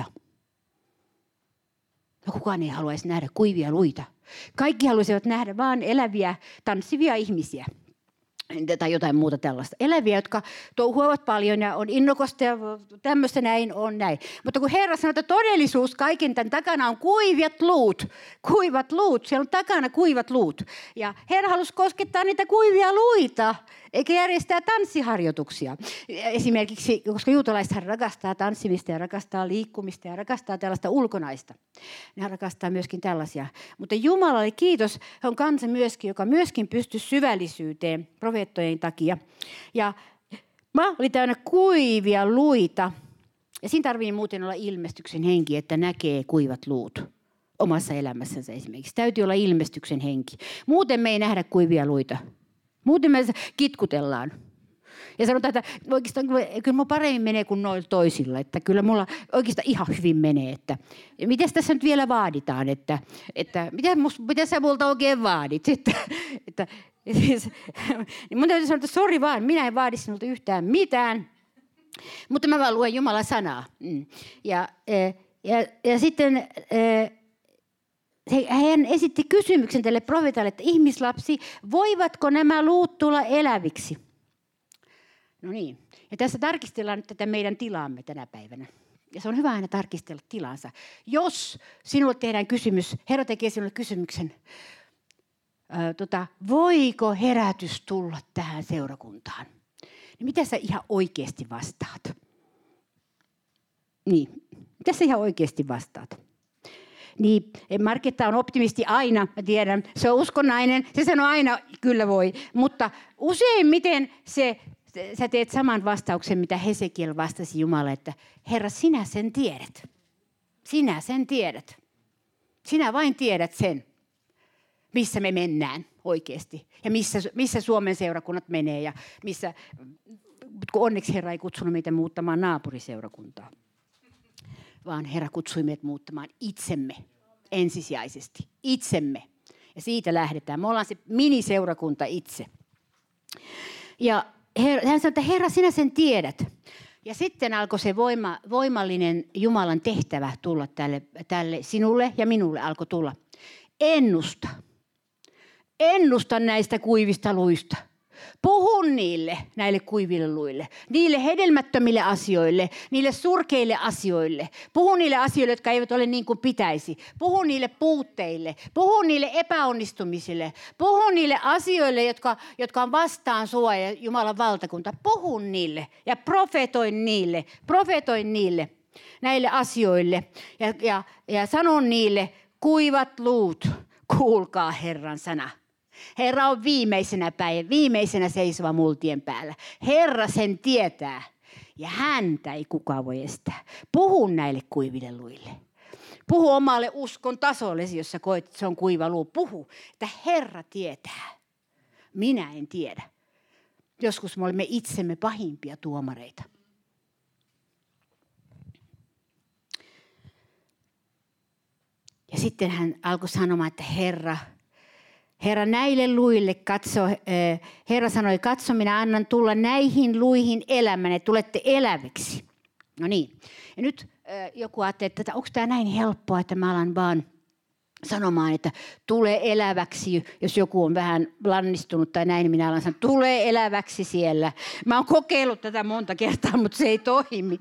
No kukaan ei haluaisi nähdä kuivia luita. Kaikki haluaisivat nähdä vain eläviä, tanssivia ihmisiä. Tai jotain muuta tällaista. Eläviä, jotka touhuavat paljon ja on innokasta ja tämmöistä näin on näin. Mutta kun Herra sanoo, että todellisuus kaiken tämän takana on kuivat luut, siellä on takana kuivat luut. Ja Herra halusi koskettaa niitä kuivia luita, eikä järjestää tanssiharjoituksia. Esimerkiksi, koska juutalaiset rakastaa tanssimista ja rakastaa liikkumista ja rakastaa tällaista ulkonaista. Ne rakastaa myöskin tällaisia. Mutta Jumalalle kiitos, hän on kansa myöskin, joka myöskin pystyy syvällisyyteen profeettojen takia. Ja maa oli täynnä kuivia luita. Ja siinä tarvii muuten olla ilmestyksen henki, että näkee kuivat luut omassa elämässänsä esimerkiksi. Täytyy olla ilmestyksen henki. Muuten me ei nähdä kuivia luita. Muuten me kitkutellaan. Ja sanotaan, että oikeastaan kyllä mulla paremmin menee kuin noilla toisilla. Että kyllä mulla oikeastaan ihan hyvin menee. Että miten tässä nyt vielä vaaditaan? Että mitä sä multa oikein vaadit? Niin mun täytyy sanoa, että sori vaan, minä en vaadi sinulta yhtään mitään. Mutta mä vaan luen Jumalan sanaa. Ja sitten hän esitti kysymyksen tälle profeetalle, että ihmislapsi, voivatko nämä luut tulla eläviksi? No niin. Ja tässä tarkistellaan nyt tätä meidän tilaamme tänä päivänä. Ja se on hyvä aina tarkistella tilansa. Jos sinulle tehdään kysymys, Herra tekee sinulle kysymyksen, voiko herätys tulla tähän seurakuntaan? Niin mitä sä ihan oikeasti vastaat? Niin, mitä sä ihan oikeasti vastaat? Niin, Marketta on optimisti aina, mä tiedän, se on uskonnainen, se sanoo aina, kyllä voi. Mutta useimmiten sä teet saman vastauksen, mitä Hesekiel vastasi Jumalalle, että Herra, sinä sen tiedät. Sinä sen tiedät. Sinä vain tiedät sen, missä me mennään oikeasti. Ja missä Suomen seurakunnat menee ja missä, kun onneksi Herra ei kutsunut meitä muuttamaan naapuriseurakuntaa. Vaan Herra kutsui meidät muuttamaan itsemme ensisijaisesti. Itsemme. Ja siitä lähdetään. Me ollaan se miniseurakunta itse. Ja hän sanoi, että Herra, sinä sen tiedät. Ja sitten alkoi se voimallinen Jumalan tehtävä tulla tälle sinulle ja minulle alkoi tulla. Ennusta. Ennusta näistä kuivista luista. Puhu näille kuiville luille, niille hedelmättömille asioille, niille surkeille asioille. Puhu niille asioille, jotka eivät ole niin kuin pitäisi. Puhu niille puutteille, puhu niille epäonnistumisille. Puhu niille asioille, jotka on vastaan sua ja Jumalan valtakunta. Puhu niille ja profetoin niille näille asioille. Ja sanon niille, kuivat luut, kuulkaa Herran sana. Herra on viimeisenä seisova multien päällä. Herra sen tietää ja häntä ei kukaan voi estää. Puhu näille kuiville luille. Puhu omalle uskon tasollesi, jos sä koet, että se on kuiva luu. Puhu, että Herra tietää. Minä en tiedä. Joskus me olemme itsemme pahimpia tuomareita. Ja sitten hän alkoi sanomaan, että Herra, näille luille Herra sanoi, katso, minä annan tulla näihin luihin elämään, että tulette eläviksi. No niin. Ja nyt joku ajattelee, että onko tämä näin helppoa, että mä alan vaan sanomaan, että tule eläväksi, jos joku on vähän lannistunut tai näin, niin minä alan sanoa, tule eläväksi siellä. Mä oon kokeillut tätä monta kertaa, mutta se ei toimi.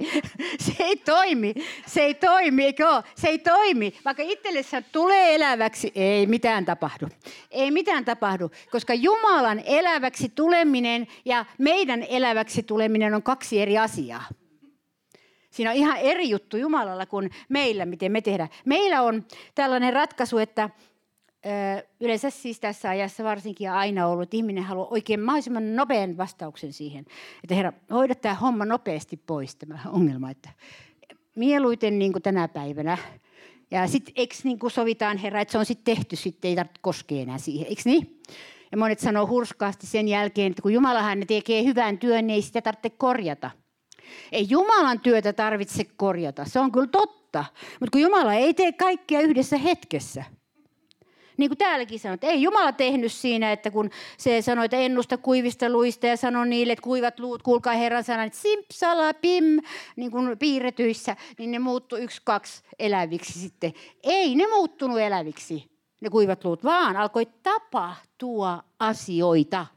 Se ei toimi, eikö ole? Se ei toimi. Vaikka itselle sanoo, tule eläväksi, ei mitään tapahdu. Ei mitään tapahdu, koska Jumalan eläväksi tuleminen ja meidän eläväksi tuleminen on kaksi eri asiaa. Siinä on ihan eri juttu Jumalalla kuin meillä, miten me tehdään. Meillä on tällainen ratkaisu, että yleensä siis tässä ajassa varsinkin aina ollut, että ihminen haluaa oikein mahdollisimman nopean vastauksen siihen. Että Herra, hoida tämä homma nopeasti pois, tämä ongelma. Että mieluiten niin kuin tänä päivänä. Ja sitten eikö niin kuin sovitaan, Herra, että se on sitten tehty, sitten ei tarvitse koskea enää siihen. Eikö niin? Ja monet sanoo hurskaasti sen jälkeen, että kun Jumalahan tekee hyvän työn, niin ei sitä tarvitse korjata. Ei Jumalan työtä tarvitse korjata, se on kyllä totta. Mutta kun Jumala ei tee kaikkea yhdessä hetkessä. Niin kuin täälläkin sanoit, ei Jumala tehnyt siinä, että kun se sanoi, että ennusta kuivista luista ja sanoi niille, että kuivat luut, kuulkaa Herran sanan, että simpsala pim, niin kuin piirretyissä, niin ne muuttui 1-2 eläviksi sitten. Ei ne muuttunut eläviksi, ne kuivat luut, vaan alkoi tapahtua asioita.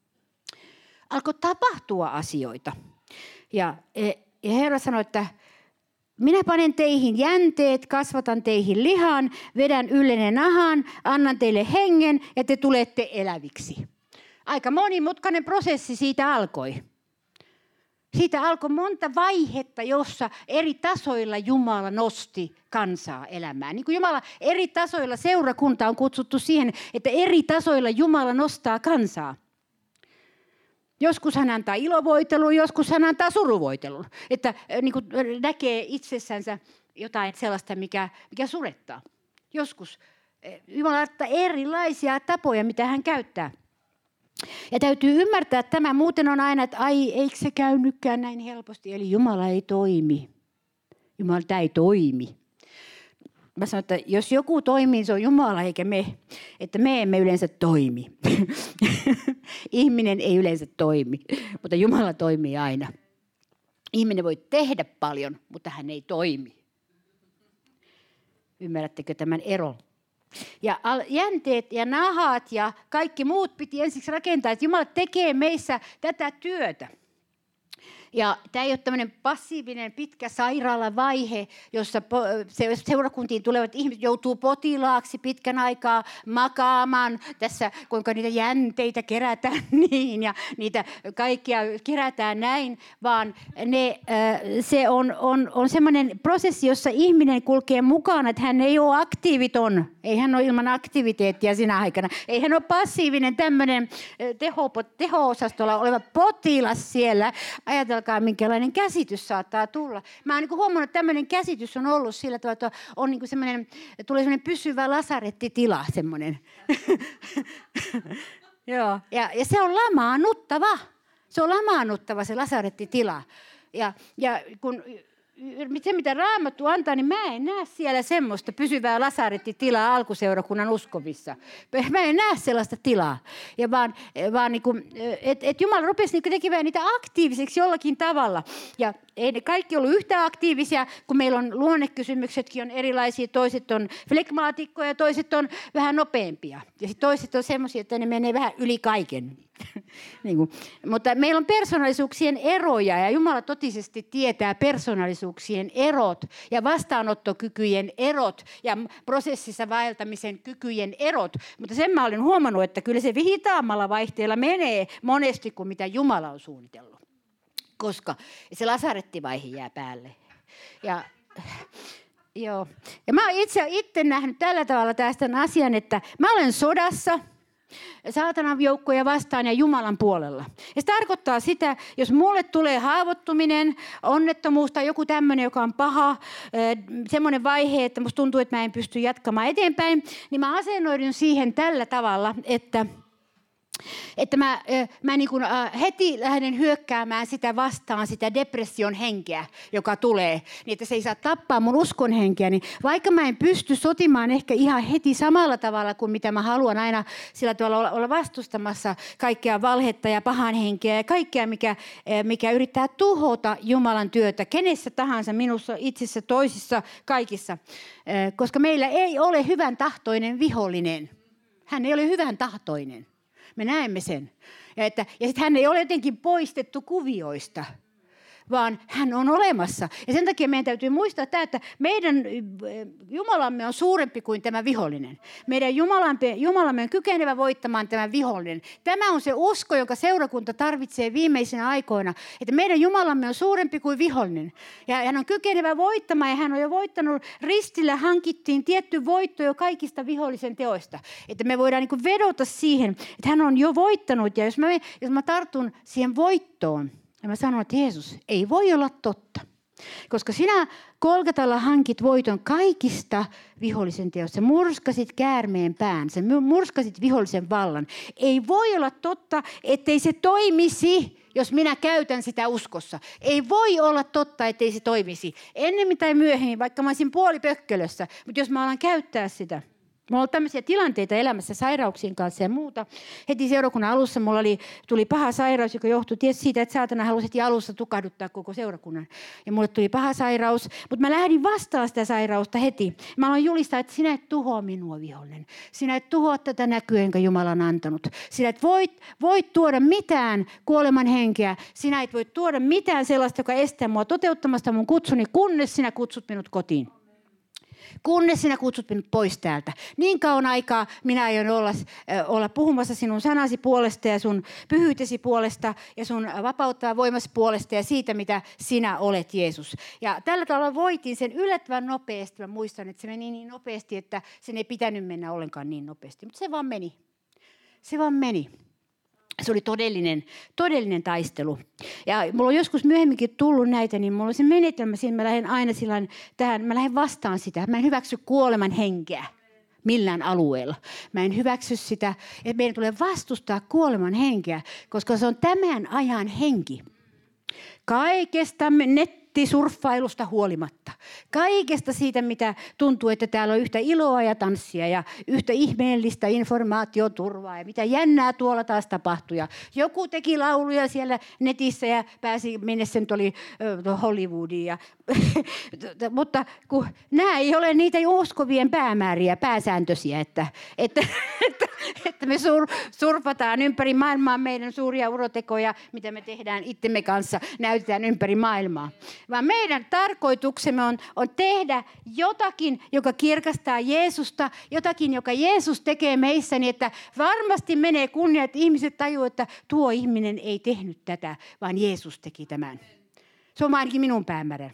Alkoi tapahtua asioita. Ja Herra sanoi, että minä panen teihin jänteet, kasvatan teihin lihan, vedän yllenne nahan, annan teille hengen ja te tulette eläviksi. Aika monimutkainen prosessi siitä alkoi. Siitä alkoi monta vaihetta, jossa eri tasoilla Jumala nosti kansaa elämään. Niin kuin Jumala eri tasoilla seurakunta on kutsuttu siihen, että eri tasoilla Jumala nostaa kansaa. Joskus hän antaa ilovoitelun, joskus hän antaa suruvoitelun. Että niin kuin näkee itsessänsä jotain sellaista, mikä surettaa. Joskus Jumala antaa erilaisia tapoja, mitä hän käyttää. Ja täytyy ymmärtää, että tämä muuten on aina, että ai, eikö se käynytkään näin helposti. Eli Jumala ei toimi. Jumala ei toimi. Mä sanon, että jos joku toimii, se on Jumala eikä me. Että me emme yleensä toimi. Ihminen ei yleensä toimi, mutta Jumala toimii aina. Ihminen voi tehdä paljon, mutta hän ei toimi. Ymmärrättekö tämän eron? Ja jänteet ja nahat ja kaikki muut piti ensiksi rakentaa, että Jumala tekee meissä tätä työtä. Ja tämä ei ole tämmöinen passiivinen pitkä sairaalavaihe, jossa seurakuntiin tulevat ihmiset joutuu potilaaksi pitkän aikaa makaamaan tässä, kuinka niitä jänteitä kerätään niin ja niitä kaikkia kerätään näin, vaan se on semmoinen prosessi, jossa ihminen kulkee mukana, että hän ei ole aktiiviton, ei hän ole ilman aktiviteettia sinä aikana, ei hän ole passiivinen tämmöinen teho-osastolla oleva potilas siellä. Ajatelkaa, minkälainen käsitys saattaa tulla. Mä oon niin huomannut, että tämmöinen käsitys on ollut sillä tavalla, että on niin tulee semmoinen pysyvä lasarettitila. Semmoinen. Joo. Ja se on lamaannuttava. Se on lamaannuttava se lasarettitila. Ja kun se mitä Raamattu antaa, niin mä en näe siellä semmoista pysyvää lasarettitilaa alkuseurakunnan uskovissa. Mä en näe sellaista tilaa. Ja vaan niin kuin, että Jumala rupesi niin tekemään niitä aktiiviseksi jollakin tavalla. Ja ei ne kaikki ollut yhtä aktiivisia, kun meillä on luonnekysymyksetkin on erilaisia. Toiset on flegmaatikkoja ja toiset on vähän nopeampia. Ja sitten toiset on semmoisia, että ne menee vähän yli kaiken. Niin kuin. Mutta meillä on persoonallisuuksien eroja ja Jumala totisesti tietää persoonallisuuksien erot ja vastaanottokykyjen erot ja prosessissa vaeltamisen kykyjen erot. Mutta sen mä olen huomannut, että kyllä se hitaammalla vaihteella menee monesti kuin mitä Jumala on suunnitellut. Koska se lasarettivaihe jää päälle. Joo. Ja mä oon itse nähnyt tällä tavalla tästä asian, että mä olen sodassa saatanan joukkoja vastaan ja Jumalan puolella. Ja se tarkoittaa sitä, jos mulle tulee haavoittuminen, onnettomuus tai joku tämmöinen, joka on paha, semmoinen vaihe, että musta tuntuu, että mä en pysty jatkamaan eteenpäin, niin mä asennoidun siihen tällä tavalla, että mä niin kuin heti lähden hyökkäämään sitä vastaan, sitä depression henkeä, joka tulee, niin että se ei saa tappaa mun uskon henkeä. Niin vaikka mä en pysty sotimaan ehkä ihan heti samalla tavalla kuin mitä mä haluan aina sillä tavalla olla vastustamassa kaikkea valhetta ja pahan henkeä ja kaikkea, mikä yrittää tuhota Jumalan työtä, kenessä tahansa, minussa, itsessä, toisissa, kaikissa. Koska meillä ei ole hyvän tahtoinen vihollinen. Hän ei ole hyvän tahtoinen. Me näemme sen. Ja sitten hän ei ole jotenkin poistettu kuvioista, vaan hän on olemassa. Ja sen takia meidän täytyy muistaa tämä, että meidän Jumalamme on suurempi kuin tämä vihollinen. Meidän Jumalamme on kykenevä voittamaan tämän vihollinen. Tämä on se usko, jonka seurakunta tarvitsee viimeisinä aikoina. Että meidän Jumalamme on suurempi kuin vihollinen. Ja hän on kykenevä voittamaan ja hän on jo voittanut. Ristillä hankittiin tietty voitto jo kaikista vihollisen teoista. Että me voidaan niin kuin vedota siihen, että hän on jo voittanut. Ja jos mä tartun siihen voittoon, ja mä sanon, että Jeesus, ei voi olla totta. Koska sinä Golgatalla hankit voiton kaikista vihollisen teosta. Murskasit käärmeen pään, sä murskasit vihollisen vallan. Ei voi olla totta, ettei se toimisi, jos minä käytän sitä uskossa. Ei voi olla totta, ettei se toimisi. Ennemmin tai myöhemmin, vaikka mä olisin puolipökkölössä, mutta jos mä alan käyttää sitä. Mulla oli tämmöisiä tilanteita elämässä sairauksien kanssa ja muuta. Heti seurakunnan alussa mulla tuli paha sairaus, joka johtui tietysti siitä, että saatana halusi heti alussa tukahduttaa koko seurakunnan. Ja mulle tuli paha sairaus, mutta mä lähdin vastaan sitä sairausta heti. Mä aloin julistaa, että sinä et tuhoa minua, vihollinen. Sinä et tuhoa tätä näkyä, jonka Jumala on antanut. Sinä et voit tuoda mitään kuoleman henkeä. Sinä et voi tuoda mitään sellaista, joka estää mua toteuttamasta mun kutsuni, kunnes sinä kutsut minut kotiin. Kunnes sinä kutsut minut pois täältä. Niin kauan aikaa minä aion olla puhumassa sinun sanasi puolesta ja sun pyhyytesi puolesta ja sun vapauttava voimasi puolesta ja siitä, mitä sinä olet, Jeesus. Ja tällä tavalla voitin sen yllättävän nopeasti. Mä muistan, että se meni niin nopeasti, että sen ei pitänyt mennä ollenkaan niin nopeasti. Mutta se vaan meni. Se vaan meni. Se oli todellinen taistelu. Ja mulla on joskus myöhemminkin tullut näitä, niin mulla on se menetelmä siinä, mä lähden aina sillain tähän, mä lähden vastaan sitä. Mä en hyväksy kuoleman henkeä millään alueella. Mä en hyväksy sitä, että meidän tulee vastustaa kuoleman henkeä, koska se on tämän ajan henki. Kaikesta nettisurffailusta huolimatta. Kaikesta siitä, mitä tuntuu, että täällä on yhtä iloa ja tanssia ja yhtä ihmeellistä informaatioturvaa ja mitä jännää tuolla taas tapahtui. Ja joku teki lauluja siellä netissä ja pääsi, minne se nyt oli Hollywoodiin. Mutta kun nämä ei ole niitä uskovien päämääriä, pääsääntöisiä, että me surfataan ympäri maailmaa meidän suuria urotekoja, mitä me tehdään itsemme kanssa, näytetään ympäri maailmaa. Vaan meidän tarkoituksemme on tehdä jotakin, joka kirkastaa Jeesusta, jotakin, joka Jeesus tekee meissä, niin että varmasti menee kunnia, että ihmiset tajuavat, että tuo ihminen ei tehnyt tätä, vaan Jeesus teki tämän. Se on ainakin minun päämäärä.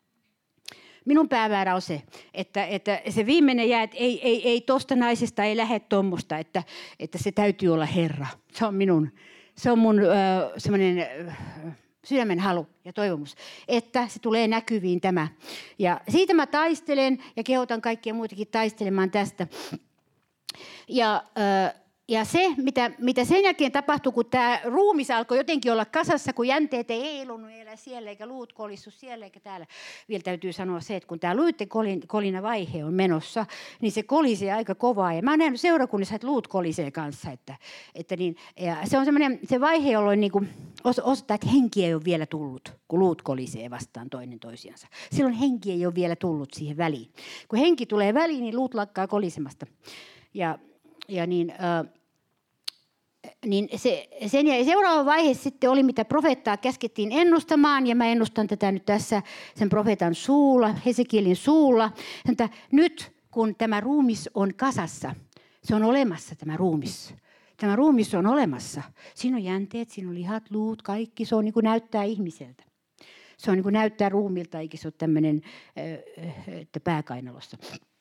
Minun päämäärä on se, että se viimeinen jää, että ei tosta naisesta ei lähde tuommoista, että se täytyy olla Herra. Se on mun semmoinen sydämen halu ja toivomus, että se tulee näkyviin tämä. Ja siitä mä taistelen ja kehotan kaikkia muitakin taistelemaan tästä. Ja Ja se, mitä sen jälkeen tapahtui, kun tämä ruumis alkoi jotenkin olla kasassa, kun jänteet ei heilunut siellä, eikä luut kolissu siellä eikä täällä. Vielä täytyy sanoa se, että kun tämä luitten kolina vaihe on menossa, niin se kolisee aika kovaa. Ja mä oon nähnyt seurakunnissa, että luut kolisee kanssa. Ja se on se vaihe, jolloin niin osoittaa, että henki ei ole vielä tullut, kun luut kolisee vastaan toinen toisiansa. Silloin henki ei ole vielä tullut siihen väliin. Kun henki tulee väliin, niin luut lakkaa kolisemasta. Niin seuraava vaihe sitten oli, mitä profeettaa käskettiin ennustamaan, ja mä ennustan tätä nyt tässä sen profeetan suulla, Hesekielin suulla. Että nyt kun tämä ruumis on kasassa, se on olemassa tämä ruumis. Tämä ruumis on olemassa. Siinä on jänteet, siinä on lihat, luut, kaikki. Se on niin kuin näyttää ihmiseltä. Se on niin kuin näyttää ruumilta, eikä se ole tämmöinen pääkainalossa.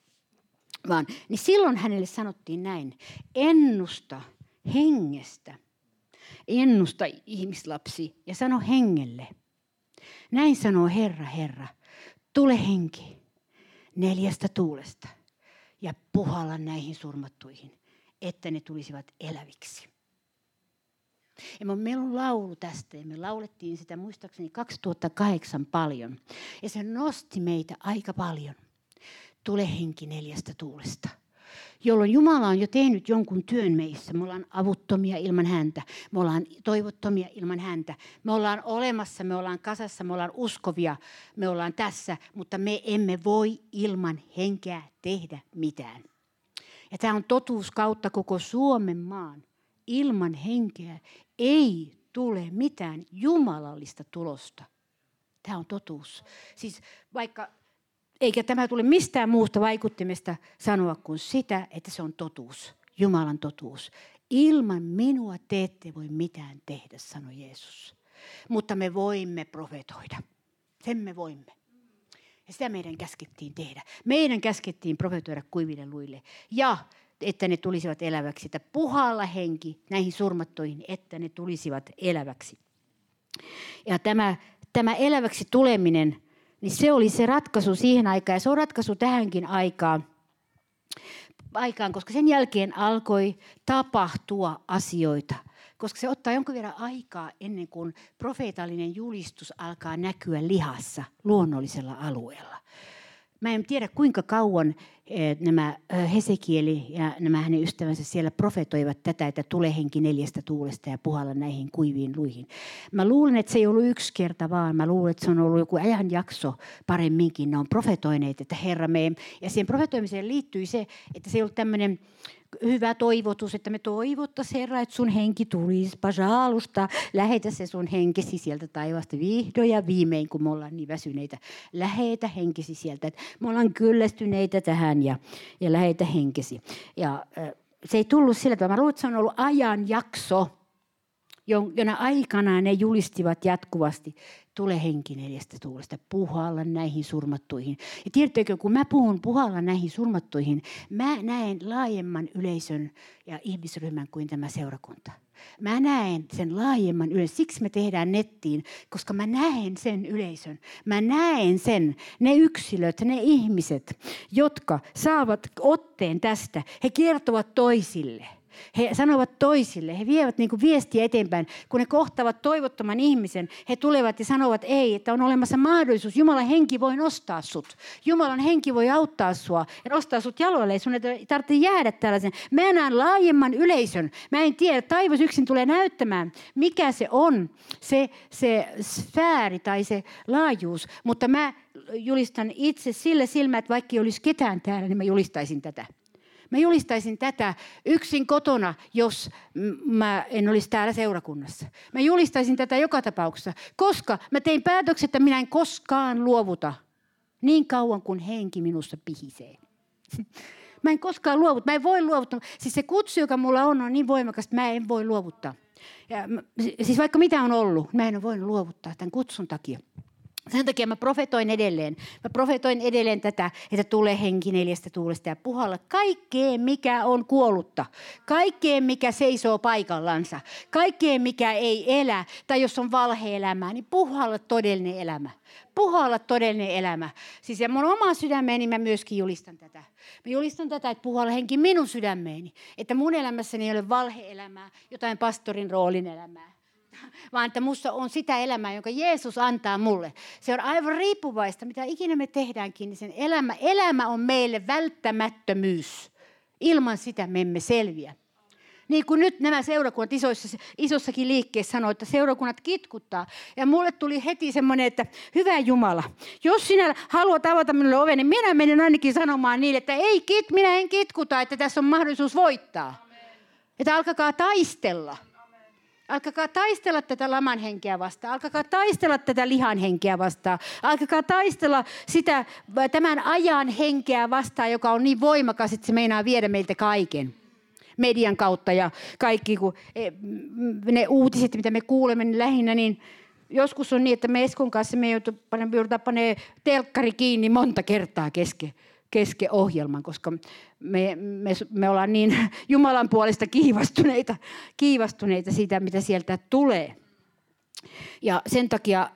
Niin silloin hänelle sanottiin näin, ennusta hengestä, ennusta ihmislapsi ja sano hengelle. Näin sanoo Herra, tule henki 4 tuulesta ja puhalla näihin surmattuihin, että ne tulisivat eläviksi. Ja meillä on laulu tästä ja me laulettiin sitä muistaakseni 2008 paljon ja se nosti meitä aika paljon. Tule henki 4 tuulesta, jolloin Jumala on jo tehnyt jonkun työn meissä. Me ollaan avuttomia ilman häntä, me ollaan toivottomia ilman häntä. Me ollaan olemassa, me ollaan kasassa, me ollaan uskovia, me ollaan tässä, mutta me emme voi ilman henkeä tehdä mitään. Ja tämä on totuus kautta koko Suomen maan. Ilman henkeä ei tule mitään jumalallista tulosta. Tämä on totuus. Siis vaikka... Eikä tämä tule mistään muusta vaikuttimesta sanoa kuin sitä, että se on totuus, Jumalan totuus. Ilman minua te ette voi mitään tehdä, sanoi Jeesus. Mutta me voimme profetoida. Sen me voimme. Ja sitä meidän käskettiin tehdä. Meidän käskettiin profetoida kuiville luille. Ja että ne tulisivat eläväksi. Että puhalla henki näihin surmattuihin, että ne tulisivat eläväksi. Ja tämä eläväksi tuleminen... Niin se oli se ratkaisu siihen aikaan ja se on ratkaisu tähänkin aikaan, koska sen jälkeen alkoi tapahtua asioita. Koska se ottaa jonkun verran aikaa ennen kuin profeetallinen julistus alkaa näkyä lihassa luonnollisella alueella. Mä en tiedä kuinka kauan nämä Hesekieli ja nämä hänen ystävänsä siellä profetoivat tätä, että tule henki 4 tuulesta ja puhalla näihin kuiviin luihin. Mä luulen, että se ei ollut 1 kerta vaan. Mä luulen, että se on ollut joku ajanjakso paremminkin. Ne on profetoineet, että Herra ja siihen profetoimiseen liittyi se, että se ei ollut tämmöinen hyvä toivotus, että me toivottaisiin Herra, että sun henki tulisi Pajalusta. Lähetä se sun henkesi sieltä taivaasta vihdoin ja viimein, kun me ollaan niin väsyneitä. Lähetä henkesi sieltä, että me ollaan kyllästyneitä tähän ja lähetä henkesi. Ja se ei tullut sillä tavalla. Mä luulen, että se on ollut ajanjakso, jona aikana ne julistivat jatkuvasti. Tule henki 4 tuulesta, puhalla näihin surmattuihin. Ja tiedättekö, kun mä puhun puhalla näihin surmattuihin, mä näen laajemman yleisön ja ihmisryhmän kuin tämä seurakunta. Mä näen sen laajemman yleisön. Siksi me tehdään nettiin, koska mä näen sen yleisön. Mä näen ne yksilöt, ne ihmiset, jotka saavat otteen tästä. He kertovat toisille. He sanovat toisille, he vievät niin kuin viestiä eteenpäin. Kun he kohtaavat toivottoman ihmisen, he tulevat ja sanovat ei, että on olemassa mahdollisuus. Jumalan henki voi nostaa sut. Jumalan henki voi auttaa sua ja nostaa sut jaloille. Sun ei tarvitse jäädä tällaisen. Mä näen laajemman yleisön. Mä en tiedä, taivas yksin tulee näyttämään, mikä se on, se sfääri tai se laajuus. Mutta mä julistan itse sillä silmällä, että vaikka ei olisi ketään täällä, niin mä julistaisin tätä. Mä julistaisin tätä yksin kotona, jos mä en olisi täällä seurakunnassa. Mä julistaisin tätä joka tapauksessa, koska mä tein päätöksen, että minä en koskaan luovuta niin kauan kuin henki minussa pihisee. Mä en koskaan luovuta, mä en voi luovuttaa. Siis se kutsu, joka mulla on niin voimakas, että mä en voi luovuttaa. Siis vaikka mitä on ollut, mä en ole voinut luovuttaa tämän kutsun takia. Sen takia mä profetoin edelleen. Mä profetoin edelleen tätä, että tulee henki 4 tuulesta ja puhalla kaikkeen, mikä on kuollutta. Kaikkeen, mikä seisoo paikallansa. Kaikkeen, mikä ei elä. Tai jos on valhe-elämää, niin puhalla todellinen elämä. Puhalla todellinen elämä. Siis ja mun oma sydämeeni mä myöskin julistan tätä. Mä julistan tätä, että puhalla henki minun sydämeeni. Että mun elämässäni ei ole valhe-elämää, jotain pastorin roolin elämää. Vaan että musta on sitä elämää, jonka Jeesus antaa mulle. Se on aivan riippuvaista, mitä ikinä me tehdäänkin, niin sen elämä on meille välttämättömyys. Ilman sitä me emme selviä. Niin kuin nyt nämä seurakunnat isossakin liikkeessä sanoo, että seurakunnat kitkuttaa. Ja mulle tuli heti semmoinen, että hyvä Jumala, jos sinä haluat avata minulle oven, niin minä menen ainakin sanomaan niille, että minä en kitkuta, että tässä on mahdollisuus voittaa. Amen. Että alkakaa taistella. Alkakaa taistella tätä laman henkeä vastaan. Alkakaa taistella tätä lihan henkeä vastaan. Alkakaa taistella sitä tämän ajan henkeä vastaan, joka on niin voimakas, että se meinaa viedä meiltä kaiken. Median kautta ja kaikki, kun ne uutiset, mitä me kuulemme, niin lähinnä, niin joskus on niin, että me Eskon kanssa me joudutaan panemaan telkkari kiinni monta kertaa kesken ohjelman, koska me ollaan niin Jumalan puolesta kiivastuneita siitä, mitä sieltä tulee. Ja sen takia,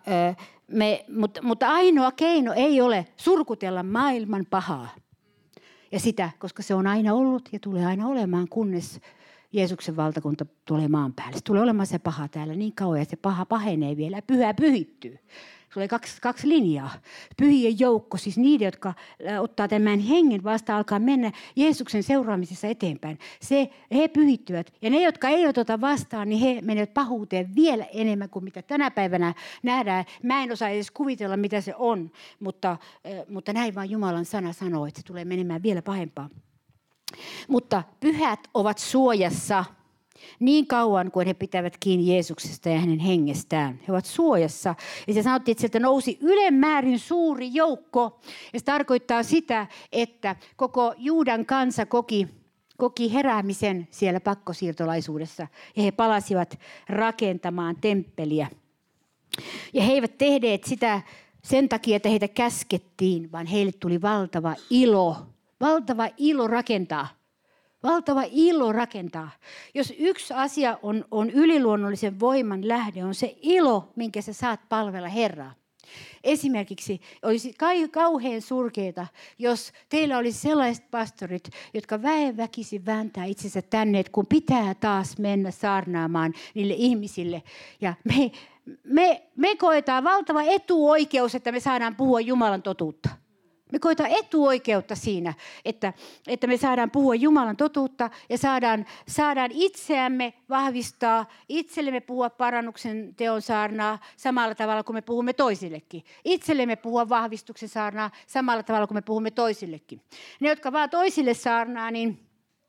mutta ainoa keino ei ole surkutella maailman pahaa. Ja sitä, koska se on aina ollut ja tulee aina olemaan, kunnes Jeesuksen valtakunta tulee maan päälle. Se tulee olemaan se paha täällä niin kauan, että se paha pahenee vielä ja pyhä pyhittyy. Se oli kaksi linjaa. Pyhien joukko, siis niiden, jotka ottaa tämän hengen vasta, alkaa mennä Jeesuksen seuraamisessa eteenpäin. He pyhittyvät. Ja ne, jotka eivät ota vastaan, niin he menevät pahuuteen vielä enemmän kuin mitä tänä päivänä nähdään. Mä en osaa edes kuvitella, mitä se on, mutta näin vaan Jumalan sana sanoo, että se tulee menemään vielä pahempaa. Mutta pyhät ovat suojassa niin kauan, kuin he pitävät kiinni Jeesuksesta ja hänen hengestään. He ovat suojassa. Ja se sanottiin, että sieltä nousi ylemmäärin suuri joukko. Ja se tarkoittaa sitä, että koko Juudan kansa koki heräämisen siellä pakkosiirtolaisuudessa. Ja he palasivat rakentamaan temppeliä. Ja he eivät tehneet sitä sen takia, että heitä käskettiin, vaan heille tuli valtava ilo. Valtava ilo rakentaa. Valtava ilo rakentaa. Jos yksi asia on yliluonnollisen voiman lähde, on se ilo, minkä sä saat palvella Herraa. Esimerkiksi olisi kauhean surkeita, jos teillä olisi sellaiset pastorit, jotka väenväkisin vääntää itsensä tänne, kun pitää taas mennä saarnaamaan niille ihmisille. Ja me koetaan valtava etuoikeus, että me saadaan puhua Jumalan totuutta. Me koetaan etuoikeutta siinä, että me saadaan puhua Jumalan totuutta ja saadaan itseämme vahvistaa, itsellemme puhua parannuksen teon saarnaa samalla tavalla kuin me puhumme toisillekin. Itsellemme puhua vahvistuksen saarnaa samalla tavalla kuin me puhumme toisillekin. Ne, jotka vaan toisille saarnaa, niin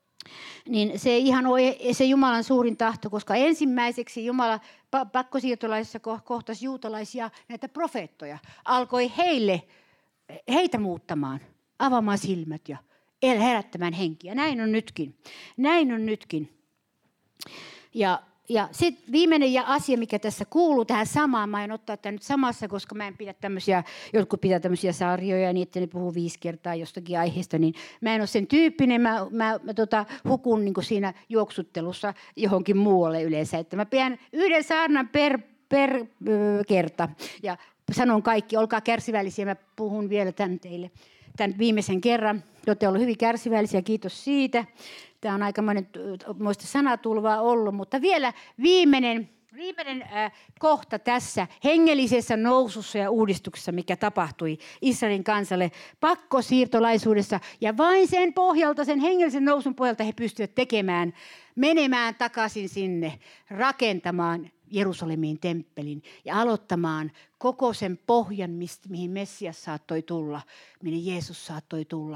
se ei ihan ole se Jumalan suurin tahto, koska ensimmäiseksi Jumala pakkosiirtolaisissa kohtasi juutalaisia näitä profeettoja, alkoi heitä muuttamaan, avaamaan silmät ja herättämään henkiä. Näin on nytkin. Ja sitten viimeinen asia, mikä tässä kuuluu tähän samaan, mä en ottaa tämän nyt samassa, koska mä en pidä jotkut pitää tämmöisiä sarjoja, ja niin, että ne puhuu 5 kertaa jostakin aiheesta, niin mä en ole sen tyyppinen, mä hukun niin kuin siinä juoksuttelussa johonkin muualle yleensä, että mä pidän yhden saarnan per kerta, ja sanon kaikki, olkaa kärsivällisiä, mä puhun vielä tämän teille tämän viimeisen kerran. Te olette olleet hyvin kärsivällisiä, kiitos siitä. Tämä on aikamoinen sanatulvaa ollut, mutta vielä viimeinen kohta tässä hengellisessä nousussa ja uudistuksessa, mikä tapahtui Israelin kansalle pakkosiirtolaisuudessa. Ja vain sen pohjalta, sen hengellisen nousun pohjalta he pystyvät menemään takaisin sinne, rakentamaan Jerusalemiin temppelin ja aloittamaan koko sen pohjan, mihin Messias saattoi tulla, minne Jeesus saattoi tulla.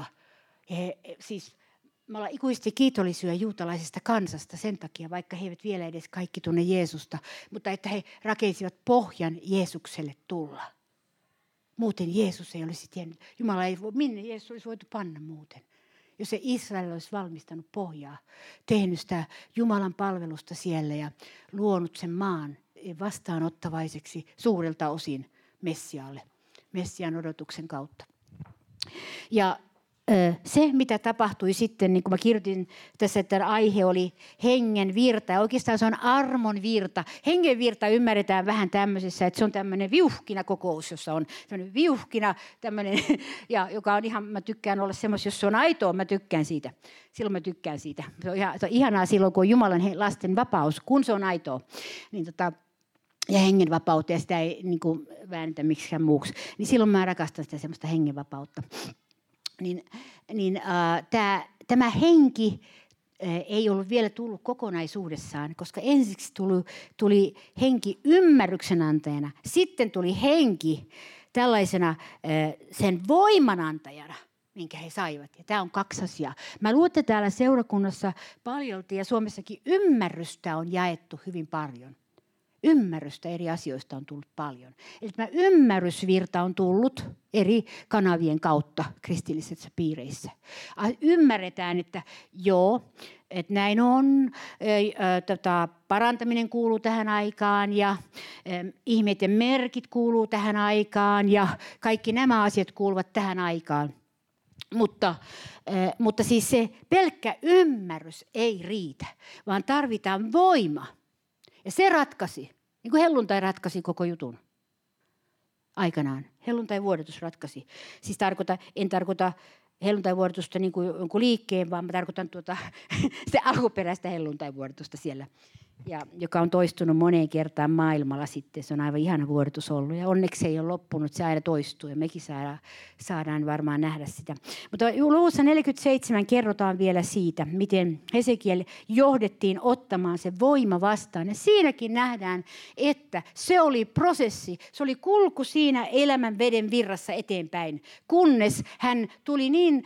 Me ollaan ikuisesti kiitollisia juutalaisesta kansasta sen takia, vaikka he eivät vielä edes kaikki tunne Jeesusta, mutta että he rakensivat pohjan Jeesukselle tulla. Muuten Jeesus ei olisi tiennyt, minne Jeesus olisi voitu panna muuten. Jos se Israel olisi valmistanut pohjaa, tehnyt sitä Jumalan palvelusta siellä ja luonut sen maan vastaanottavaiseksi suurelta osin Messiaalle. Messiaan odotuksen kautta. Ja se, mitä tapahtui sitten, niin kuin mä kirjoitin tässä, että aihe oli hengen virta. Ja oikeastaan se on armon virta. Hengen virta ymmärretään vähän tämmöisessä, että se on tämmöinen viuhkina kokous, jossa on tämmöinen viuhkina, tämmöinen, ja joka on ihan, mä tykkään olla semmoista, jos se on aitoa, mä tykkään siitä. Silloin mä tykkään siitä. Se on ihanaa silloin, kun on Jumalan lasten vapaus, kun se on aitoa. Niin ja hengenvapautta, ja sitä ei niin kuin väännetä miksikään muuksi. Niin silloin mä rakastan sitä semmoista hengenvapautta. Tämä henki ei ollut vielä tullut kokonaisuudessaan, koska ensiksi tuli henki ymmärryksen antajana, sitten tuli henki tällaisena sen voimanantajana, minkä he saivat. Ja tämä on 2 asiaa. Mä luulen, että täällä seurakunnassa paljolti ja Suomessakin ymmärrystä on jaettu hyvin paljon. Ymmärrystä eri asioista on tullut paljon. Eli tämä ymmärrysvirta on tullut eri kanavien kautta kristillisissä piireissä. Ymmärretään, että joo, että näin on, parantaminen kuuluu tähän aikaan ja ihmeet ja merkit kuuluu tähän aikaan ja kaikki nämä asiat kuuluvat tähän aikaan. Mutta siis se pelkkä ymmärrys ei riitä, vaan tarvitaan voima. Ja se ratkaisi, niin kuin helluntai ratkaisi koko jutun aikanaan. Helluntai-vuodatus ratkaisi. Siis en tarkoita helluntai-vuodatusta niin kuin jonkun liikkeen, vaan mä tarkoitan sitä alkuperäistä helluntai-vuodatusta siellä. Ja, joka on toistunut moneen kertaan maailmalla sitten. Se on aivan ihana vuodatus ollut. Ja onneksi se ei ole loppunut, se aina toistuu. Ja mekin saadaan varmaan nähdä sitä. Mutta luvussa 47 kerrotaan vielä siitä, miten Hesekiel johdettiin ottamaan se voima vastaan. Ja siinäkin nähdään, että se oli prosessi. Se oli kulku siinä elämän veden virrassa eteenpäin. Kunnes hän tuli niin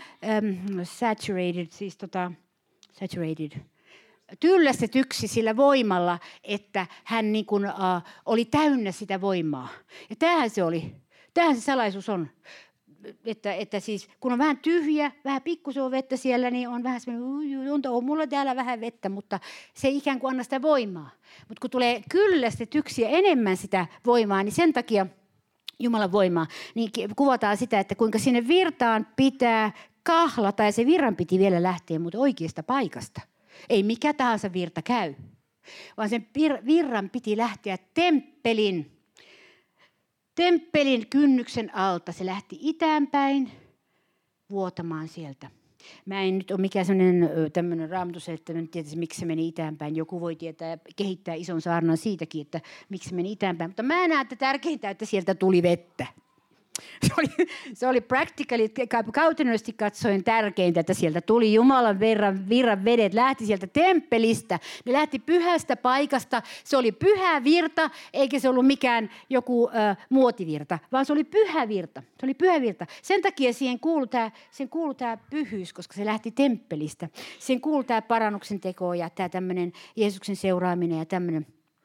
tyllästetyksi sillä voimalla, että hän niin kuin, oli täynnä sitä voimaa. Ja tämähän se salaisuus on. Että siis, kun on vähän tyhjä, vähän pikkusen on vettä siellä, niin on vähän semmoinen, on mulla täällä vähän vettä, mutta se ei ikään kuin anna sitä voimaa. Mutta kun tulee kyllästetyksi ja enemmän sitä voimaa, niin sen takia Jumalan voimaa, niin kuvataan sitä, että kuinka sinne virtaan pitää kahlata, ja se virran piti vielä lähteä mutta oikeasta paikasta. Ei mikä tahansa virta käy, vaan sen virran piti lähteä temppelin kynnyksen alta. Se lähti itäänpäin vuotamaan sieltä. Mä en nyt ole mikään tämmöinen raamatuselittäjä, että tietysti miksi se meni itäänpäin. Joku voi tietää ja kehittää ison saarnan siitäkin, että miksi se meni itäänpäin. Mutta mä näen, että tärkeintä, että sieltä tuli vettä. Se oli practically, käytännöllisesti katsoen tärkeintä, että sieltä tuli Jumalan virran vedet, lähti sieltä temppelistä. Ne lähti pyhästä paikasta. Se oli pyhä virta, eikä se ollut mikään joku muotivirta, vaan se oli pyhä virta. Se oli pyhä virta. Sen takia siihen kuului tämä pyhyys, koska se lähti temppelistä. Siihen kuului tämä parannuksen teko ja tämä tämmöinen Jeesuksen seuraaminen ja tämmöinen.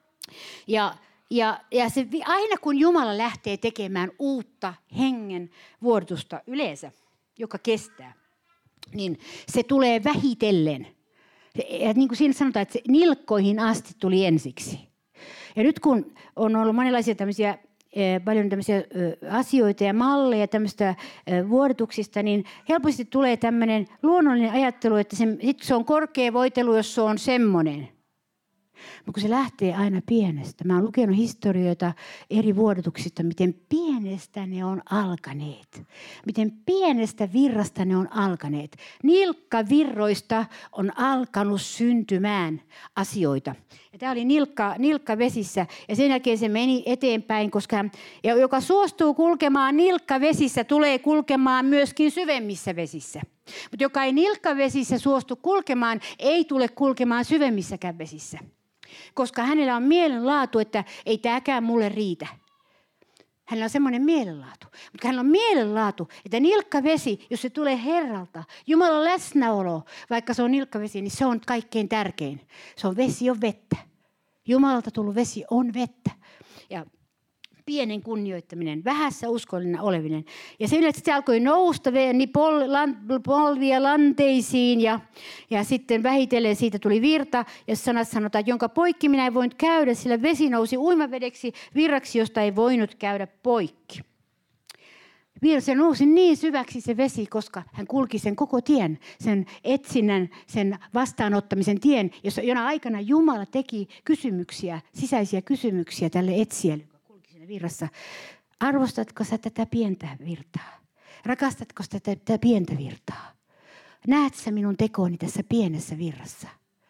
Ja se, aina kun Jumala lähtee tekemään uutta hengen vuodatusta yleensä, joka kestää, niin se tulee vähitellen. Ja niin kuin siinä sanotaan, että se nilkkoihin asti tuli ensiksi. Ja nyt kun on ollut monenlaisia paljon tämmöisiä asioita ja malleja tämmöistä vuodatuksista, niin helposti tulee tämmöinen luonnollinen ajattelu, että se on korkea voitelu, jos se on semmoinen. Mutta kun se lähtee aina pienestä. Mä oon lukenut historioita eri vuodatuksista, miten pienestä ne on alkaneet. Miten pienestä virrasta ne on alkaneet. Nilkkavirroista on alkanut syntymään asioita. Ja tämä oli nilkkavesissä ja sen jälkeen se meni eteenpäin, koska joka suostuu kulkemaan nilkkavesissä, tulee kulkemaan myöskin syvemmissä vesissä. Mutta joka ei nilkkavesissä suostu kulkemaan, ei tule kulkemaan syvemmissäkään vesissä. Koska hänellä on mielenlaatu, että ei tämäkään mulle riitä. Hänellä on semmoinen mielenlaatu. Mutta hänellä on mielenlaatu, että nilkkavesi, jos se tulee Herralta, Jumalan läsnäolo, vaikka se on nilkkavesi, niin se on kaikkein tärkein. Se on vesi, on vettä. Jumalalta tullut vesi on vettä. Ja pienen kunnioittaminen, vähässä uskollinen oleminen. Ja sen jälkeen se alkoi nousta niin polvia lanteisiin ja sitten vähitellen siitä tuli virta. Ja sanat sanotaan, että jonka poikki minä en voinut käydä, sillä vesi nousi uimavedeksi virraksi, josta ei voinut käydä poikki. Se nousi niin syväksi se vesi, koska hän kulki sen koko tien, sen etsinnän, sen vastaanottamisen tien, jona aikana Jumala teki kysymyksiä, sisäisiä kysymyksiä tälle etsijälle, joka kulki siinä virrassa. Arvostatko sä tätä pientä virtaa? Rakastatko sä tätä pientä virtaa? Näet sä minun tekooni tässä pienessä virrassa?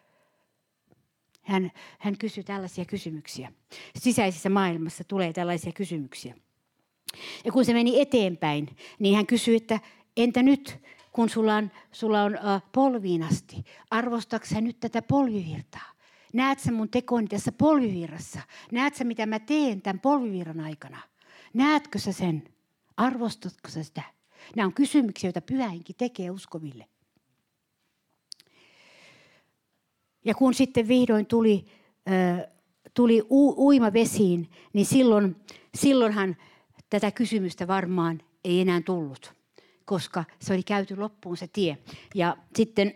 Hän kysyy tällaisia kysymyksiä. Sisäisessä maailmassa tulee tällaisia kysymyksiä. Ja kun se meni eteenpäin, niin hän kysyi, että entä nyt, kun sulla on polviin asti, arvostatko sä nyt tätä polvivirtaa? Näet sä mun tekooni tässä polvivirrassa? Näet sä, mitä mä teen tämän polvivirran aikana? Näetkö sä sen? Arvostatko sä sitä? Nämä on kysymyksiä, joita Pyhä Henki tekee uskoville. Ja kun sitten vihdoin tuli uimavesiin, niin silloinhan tätä kysymystä varmaan ei enää tullut, koska se oli käyty loppuun se tie. Ja sitten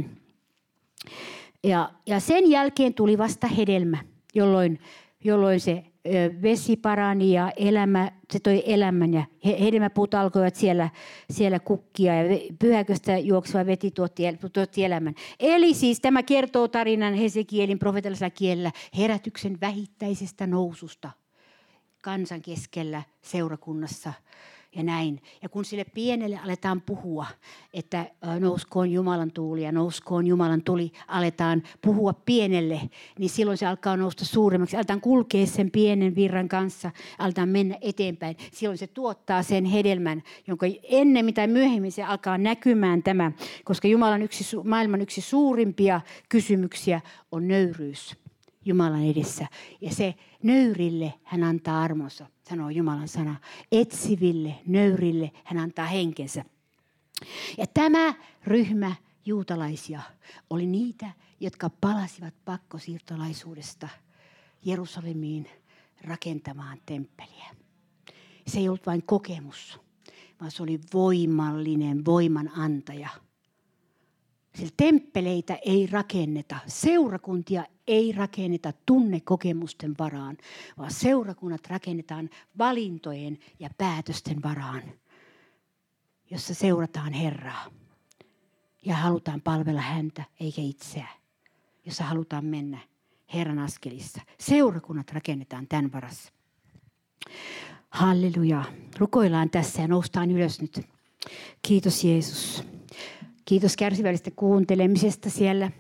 ja sen jälkeen tuli vasta hedelmä, jolloin se vesi parani ja se toi elämän ja hedelmäpuut alkoivat siellä kukkia ja pyhäköstä juokseva veti tuotti elämän. Eli siis tämä kertoo tarinan Hesekielin profeetallisella kielellä herätyksen vähittäisestä noususta kansan keskellä seurakunnassa ja näin. Ja kun sille pienelle aletaan puhua, että nouskoon Jumalan tuuli ja nouskoon Jumalan tuli, aletaan puhua pienelle, niin silloin se alkaa nousta suuremmaksi. Aletaan kulkea sen pienen virran kanssa, aletaan mennä eteenpäin. Silloin se tuottaa sen hedelmän, jonka ennemmin tai myöhemmin se alkaa näkymään tämä, koska maailman yksi suurimpia kysymyksiä on nöyryys Jumalan edessä. Ja se nöyrille hän antaa armonsa, sanoo Jumalan sana. Etsiville, nöyrille hän antaa henkensä. Ja tämä ryhmä juutalaisia oli niitä, jotka palasivat pakkosiirtolaisuudesta Jerusalemiin rakentamaan temppeliä. Se ei ollut vain kokemus, vaan se oli voimallinen voimanantaja. Sillä temppeleitä ei rakenneta, seurakuntia ei rakenneta tunnekokemusten varaan, vaan seurakunnat rakennetaan valintojen ja päätösten varaan, jossa seurataan Herraa ja halutaan palvella häntä eikä itseään, jossa halutaan mennä Herran askelissa. Seurakunnat rakennetaan tämän varassa. Halleluja. Rukoillaan tässä ja noustaan ylös nyt. Kiitos Jeesus. Kiitos kärsivällisestä kuuntelemisesta siellä.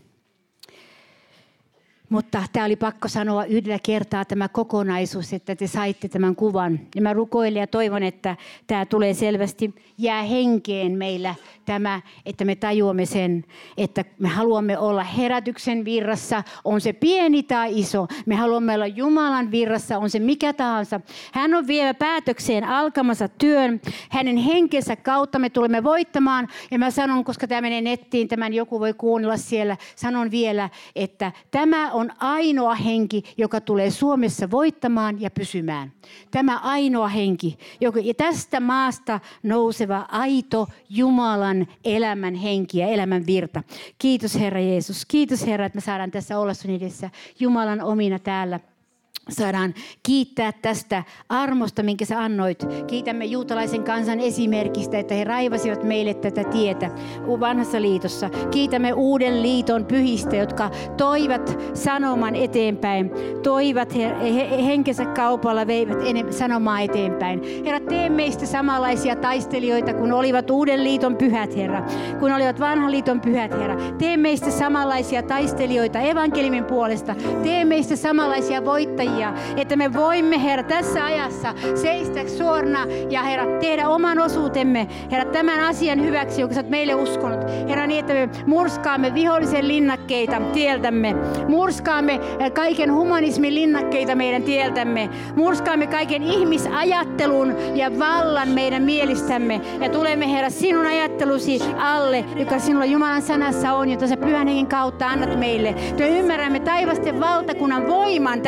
Mutta tämä oli pakko sanoa yhdellä kertaa tämä kokonaisuus, että te saitte tämän kuvan. Ja mä rukoilen ja toivon, että tämä tulee selvästi jää henkeen meillä tämä, että me tajuamme sen, että me haluamme olla herätyksen virrassa, on se pieni tai iso. Me haluamme olla Jumalan virrassa, on se mikä tahansa. Hän on vielä päätökseen alkamassa työn. Hänen henkensä kautta me tulemme voittamaan. Ja mä sanon, koska tämä menee nettiin, tämän joku voi kuunnella siellä, sanon vielä, että tämä on ainoa henki, joka tulee Suomessa voittamaan ja pysymään. Tämä ainoa henki, ja tästä maasta nouseva aito Jumalan elämän henki ja elämän virta. Kiitos Herra Jeesus. Kiitos Herra, että me saadaan tässä olla sun edessä Jumalan omina täällä. Saadaan kiittää tästä armosta, minkä sä annoit. Kiitämme juutalaisen kansan esimerkistä, että he raivasivat meille tätä tietä vanhassa liitossa. Kiitämme uuden liiton pyhistä, jotka toivat sanoman eteenpäin. Toivat henkensä kaupalla, veivät sanomaa eteenpäin. Herra, tee meistä samanlaisia taistelijoita, kun olivat uuden liiton pyhät, Herra. Kun olivat vanhan liiton pyhät, Herra. Tee meistä samanlaisia taistelijoita evankeliumin puolesta. Tee meistä samanlaisia voittajia. Että me voimme, Herra, tässä ajassa seistä suorana ja, Herra, tehdä oman osuutemme, Herra, tämän asian hyväksi, jonka sä oot meille uskonut. Herra, niin, että me murskaamme vihollisen linnakkeita tieltämme. Murskaamme kaiken humanismin linnakkeita meidän tieltämme. Murskaamme kaiken ihmisajattelun ja vallan meidän mielistämme. Ja tulemme, Herra, sinun ajattelusi alle, joka sinulla Jumalan sanassa on, jota sä Pyhän Hengen kautta annat meille. Me ymmärrämme taivasten valtakunnan voiman tässä ajassa.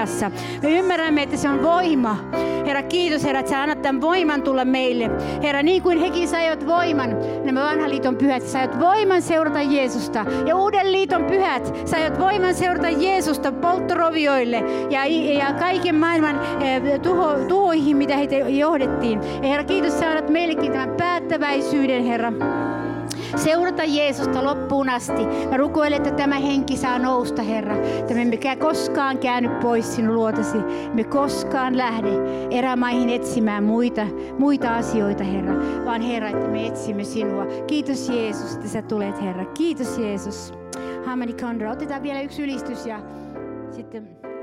ajassa. Me ymmärrämme, että se on voima. Herra, kiitos Herra, että sä annat tämän voiman tulla meille. Herra, niin kuin hekin saivat voiman, nämä vanhan liiton pyhät, saivat voiman seurata Jeesusta. Ja uuden liiton pyhät saivat voiman seurata Jeesusta polttorovioille ja kaiken maailman tuhoihin, mitä heitä johdettiin. Ja Herra, kiitos, sä annat meillekin tämän päättäväisyyden, Herra. Seurata Jeesusta loppuun asti. Mä rukoilen, että tämä henki saa nousta, Herra. Että me emme koskaan käänny pois sinun luotasi. Me koskaan lähde erämaihin etsimään muita asioita, Herra. Vaan Herra, että me etsimme sinua. Kiitos Jeesus, että sä tulet, Herra. Kiitos Jeesus. Hamani Kandra. Otetaan vielä yksi ylistys ja sitten